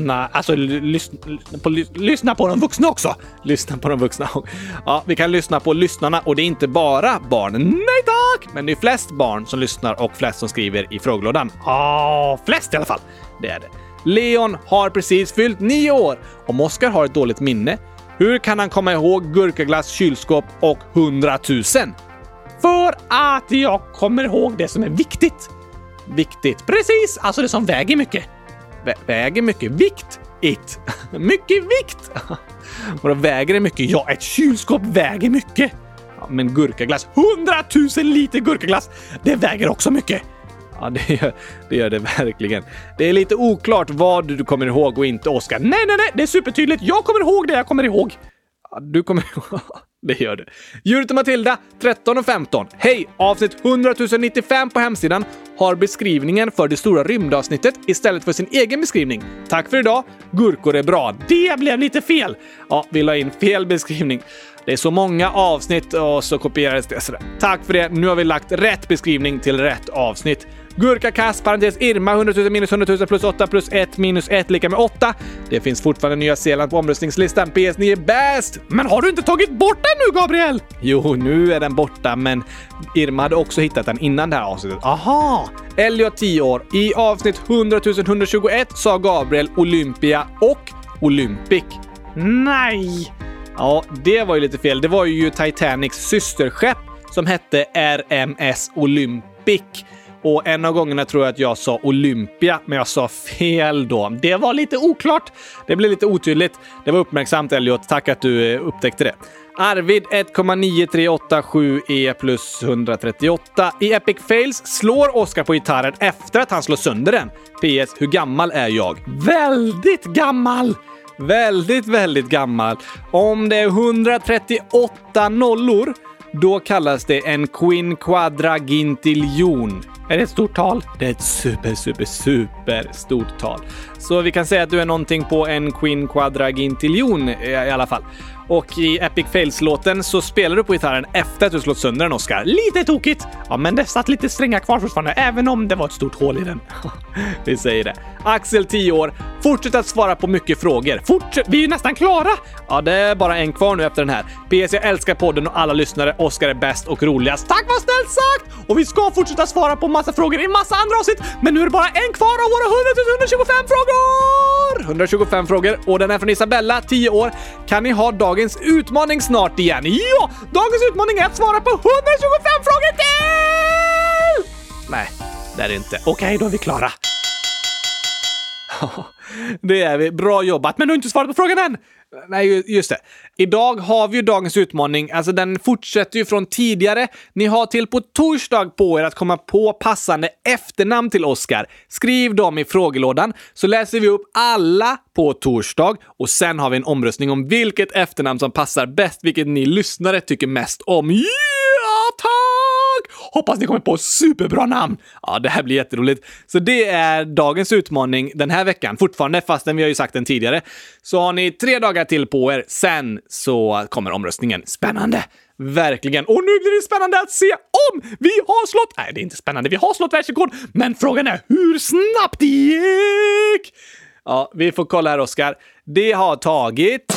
lyssna på de vuxna också. Lyssna på de vuxna. Ja, vi kan lyssna på lyssnarna och det är inte bara barn. Nej tack! Men det är flest barn som lyssnar och flest som skriver i frågelådan. Ja, flest i alla fall. Det är det. Leon har precis fyllt 9 år. Om Oscar har ett dåligt minne, hur kan han komma ihåg gurkaglass, kylskåp och 100 000? För att jag kommer ihåg det som är viktigt. Viktigt? Precis, alltså det som väger mycket. Väger mycket? Vikt? Mycket vikt. Och då väger det mycket? Ja, ett kylskåp väger mycket. Ja, men gurkaglass? 100 000 liter gurkaglass, det väger också mycket. Ja, det gör det verkligen. Det är lite oklart vad du kommer ihåg och inte, Oscar. Nej, det är supertydligt. Jag kommer ihåg det jag kommer ihåg. Ja, du kommer ihåg. Det gör du. Judith och Matilda, 13 och 15. Hej! Avsnitt 100 095 på hemsidan har beskrivningen för det stora rymdavsnittet istället för sin egen beskrivning. Tack för idag. Gurkor är bra. Det blev lite fel. Ja, vi la in fel beskrivning. Det är så många avsnitt och så kopierades det sådär. Tack för det. Nu har vi lagt rätt beskrivning till rätt avsnitt. Gurkakast, parentes Irma, 100 000 minus 100 000 plus 8 plus 1 minus 1 lika med 8. Det finns fortfarande Nya Zeeland på omröstningslistan. PS9 är bäst! Men har du inte tagit bort den nu, Gabriel? Jo, nu är den borta, men Irma hade också hittat den innan det här avsnittet. Aha! Elliot, 10 år. I avsnitt 100 121 sa Gabriel Olympia och Olympic. Nej! Ja, det var ju lite fel. Det var ju Titanics systerskepp som hette RMS Olympic. Och en av gångerna tror jag att jag sa Olympia, men jag sa fel då. Det var lite oklart. Det blev lite otydligt. Det var uppmärksamt, Elliot. Tack att du upptäckte det. Arvid 1,9387E plus 138. I Epic Fails slår Oscar på gitarren efter att han slår sönder den. PS, hur gammal är jag? Väldigt gammal! Väldigt, väldigt gammal. Om det är 138 nollor, då kallas det en quinquadragintiljon. Är det ett stort tal? Det är ett super stort tal. Så vi kan säga att du är någonting på en quinquadragintiljon i alla fall. Och i Epic Fails-låten så spelar du på gitarren efter att du slått sönder den, Oscar. Lite tokigt! Ja, men det satt lite stränga kvar fortfarande, även om det var ett stort hål i den. Vi säger det. Axel, 10 år. Fortsätt att svara på mycket frågor. Vi är ju nästan klara! Ja, det är bara en kvar nu efter den här. PS, jag älskar podden och alla lyssnare. Oscar är bäst och roligast. Tack, vad snällt sagt! Och vi ska fortsätta svara på massa frågor i massa andra avsnitt, men nu är det bara en kvar av våra 125 frågor! 125 frågor, och den är från Isabella, 10 år. Kan ni ha dagens utmaning snart igen? Ja! Dagens utmaning är att svara på 125 frågor till! Nej, det är det inte. Okej, då är vi klara. Det är vi. Bra jobbat, men du har inte svarat på frågan än! Nej, just det. Idag har vi ju dagens utmaning. Alltså den fortsätter ju från tidigare. Ni har till på torsdag på er att komma på passande efternamn till Oscar. Skriv dem i frågelådan så läser vi upp alla på torsdag. Och sen har vi en omröstning om vilket efternamn som passar bäst, vilket ni lyssnare tycker mest om. Ja, tack! Hoppas ni kommer på superbra namn. Ja, det här blir jätteroligt. Så det är dagens utmaning den här veckan. Fortfarande, fastän vi har ju sagt den tidigare. Så har ni 3 dagar till på er. Sen så kommer omröstningen. Spännande! Verkligen. Och nu blir det spännande att se om vi har slått... Nej, det är inte spännande. Vi har slått världsrekord. Men frågan är hur snabbt det gick! Ja, vi får kolla här, Oscar. Det har tagit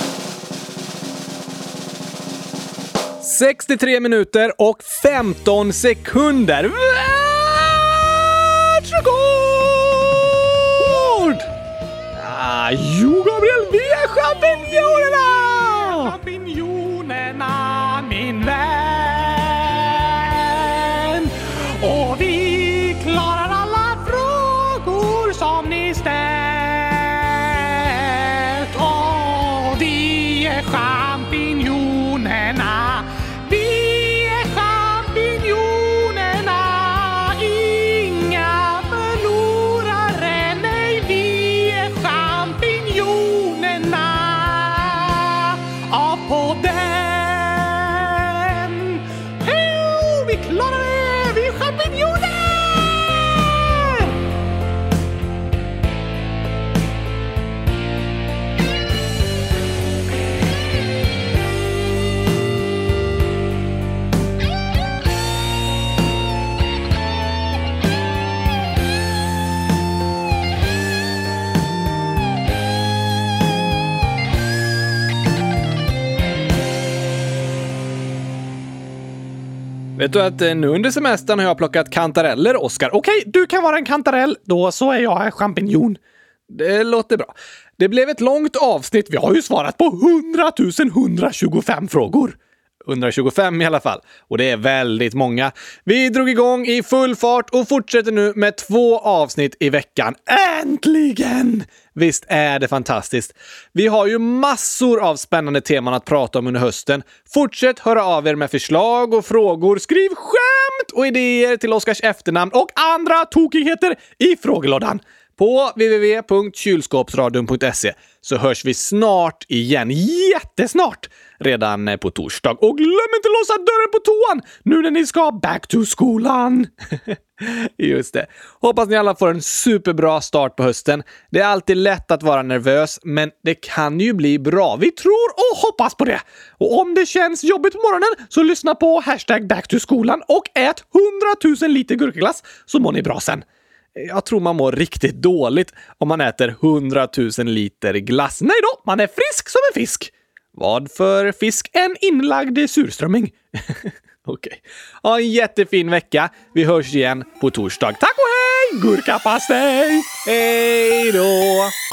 63 minuter och 15 sekunder. Världsrekord! Jo, Gabriel, vi är champinjonerna! Champinjonerna, min vän. Och vi klarar alla frågor som ni ställt. Och vi är champinjonerna. Vi är champinjonerna. Inga förlorare, nej, vi är champinjonerna av podden. Vi klarar det! Vi är champinjoner! Vet du att nu under semestern har jag plockat kantareller, Oscar. Okej, du kan vara en kantarell. Då så är jag en champinjon. Det låter bra. Det blev ett långt avsnitt. Vi har ju svarat på 100 125 frågor. 125 i alla fall. Och det är väldigt många. Vi drog igång i full fart och fortsätter nu med 2 avsnitt i veckan. Äntligen! Visst är det fantastiskt. Vi har ju massor av spännande teman att prata om under hösten. Fortsätt höra av er med förslag och frågor. Skriv skämt och idéer till Oscars efternamn och andra tokigheter i frågelådan. På www.kylskåpsradion.se så hörs vi snart igen. Jättesnart! Redan på torsdag. Och glöm inte låsa dörren på toan nu när ni ska back to skolan. Just det. Hoppas ni alla får en superbra start på hösten. Det är alltid lätt att vara nervös, men det kan ju bli bra. Vi tror och hoppas på det. Och om det känns jobbigt på morgonen så lyssna på #backtoskolan och ät 100 000 liter gurkaglass så mår ni bra sen. Jag tror man mår riktigt dåligt om man äter 100 000 liter glass. Nej då, man är frisk som en fisk. Vad för fisk? En inlagd surströmming. Okej. Ha en jättefin vecka. Vi hörs igen på torsdag. Tack och hej! Gurkapastej! Hej då!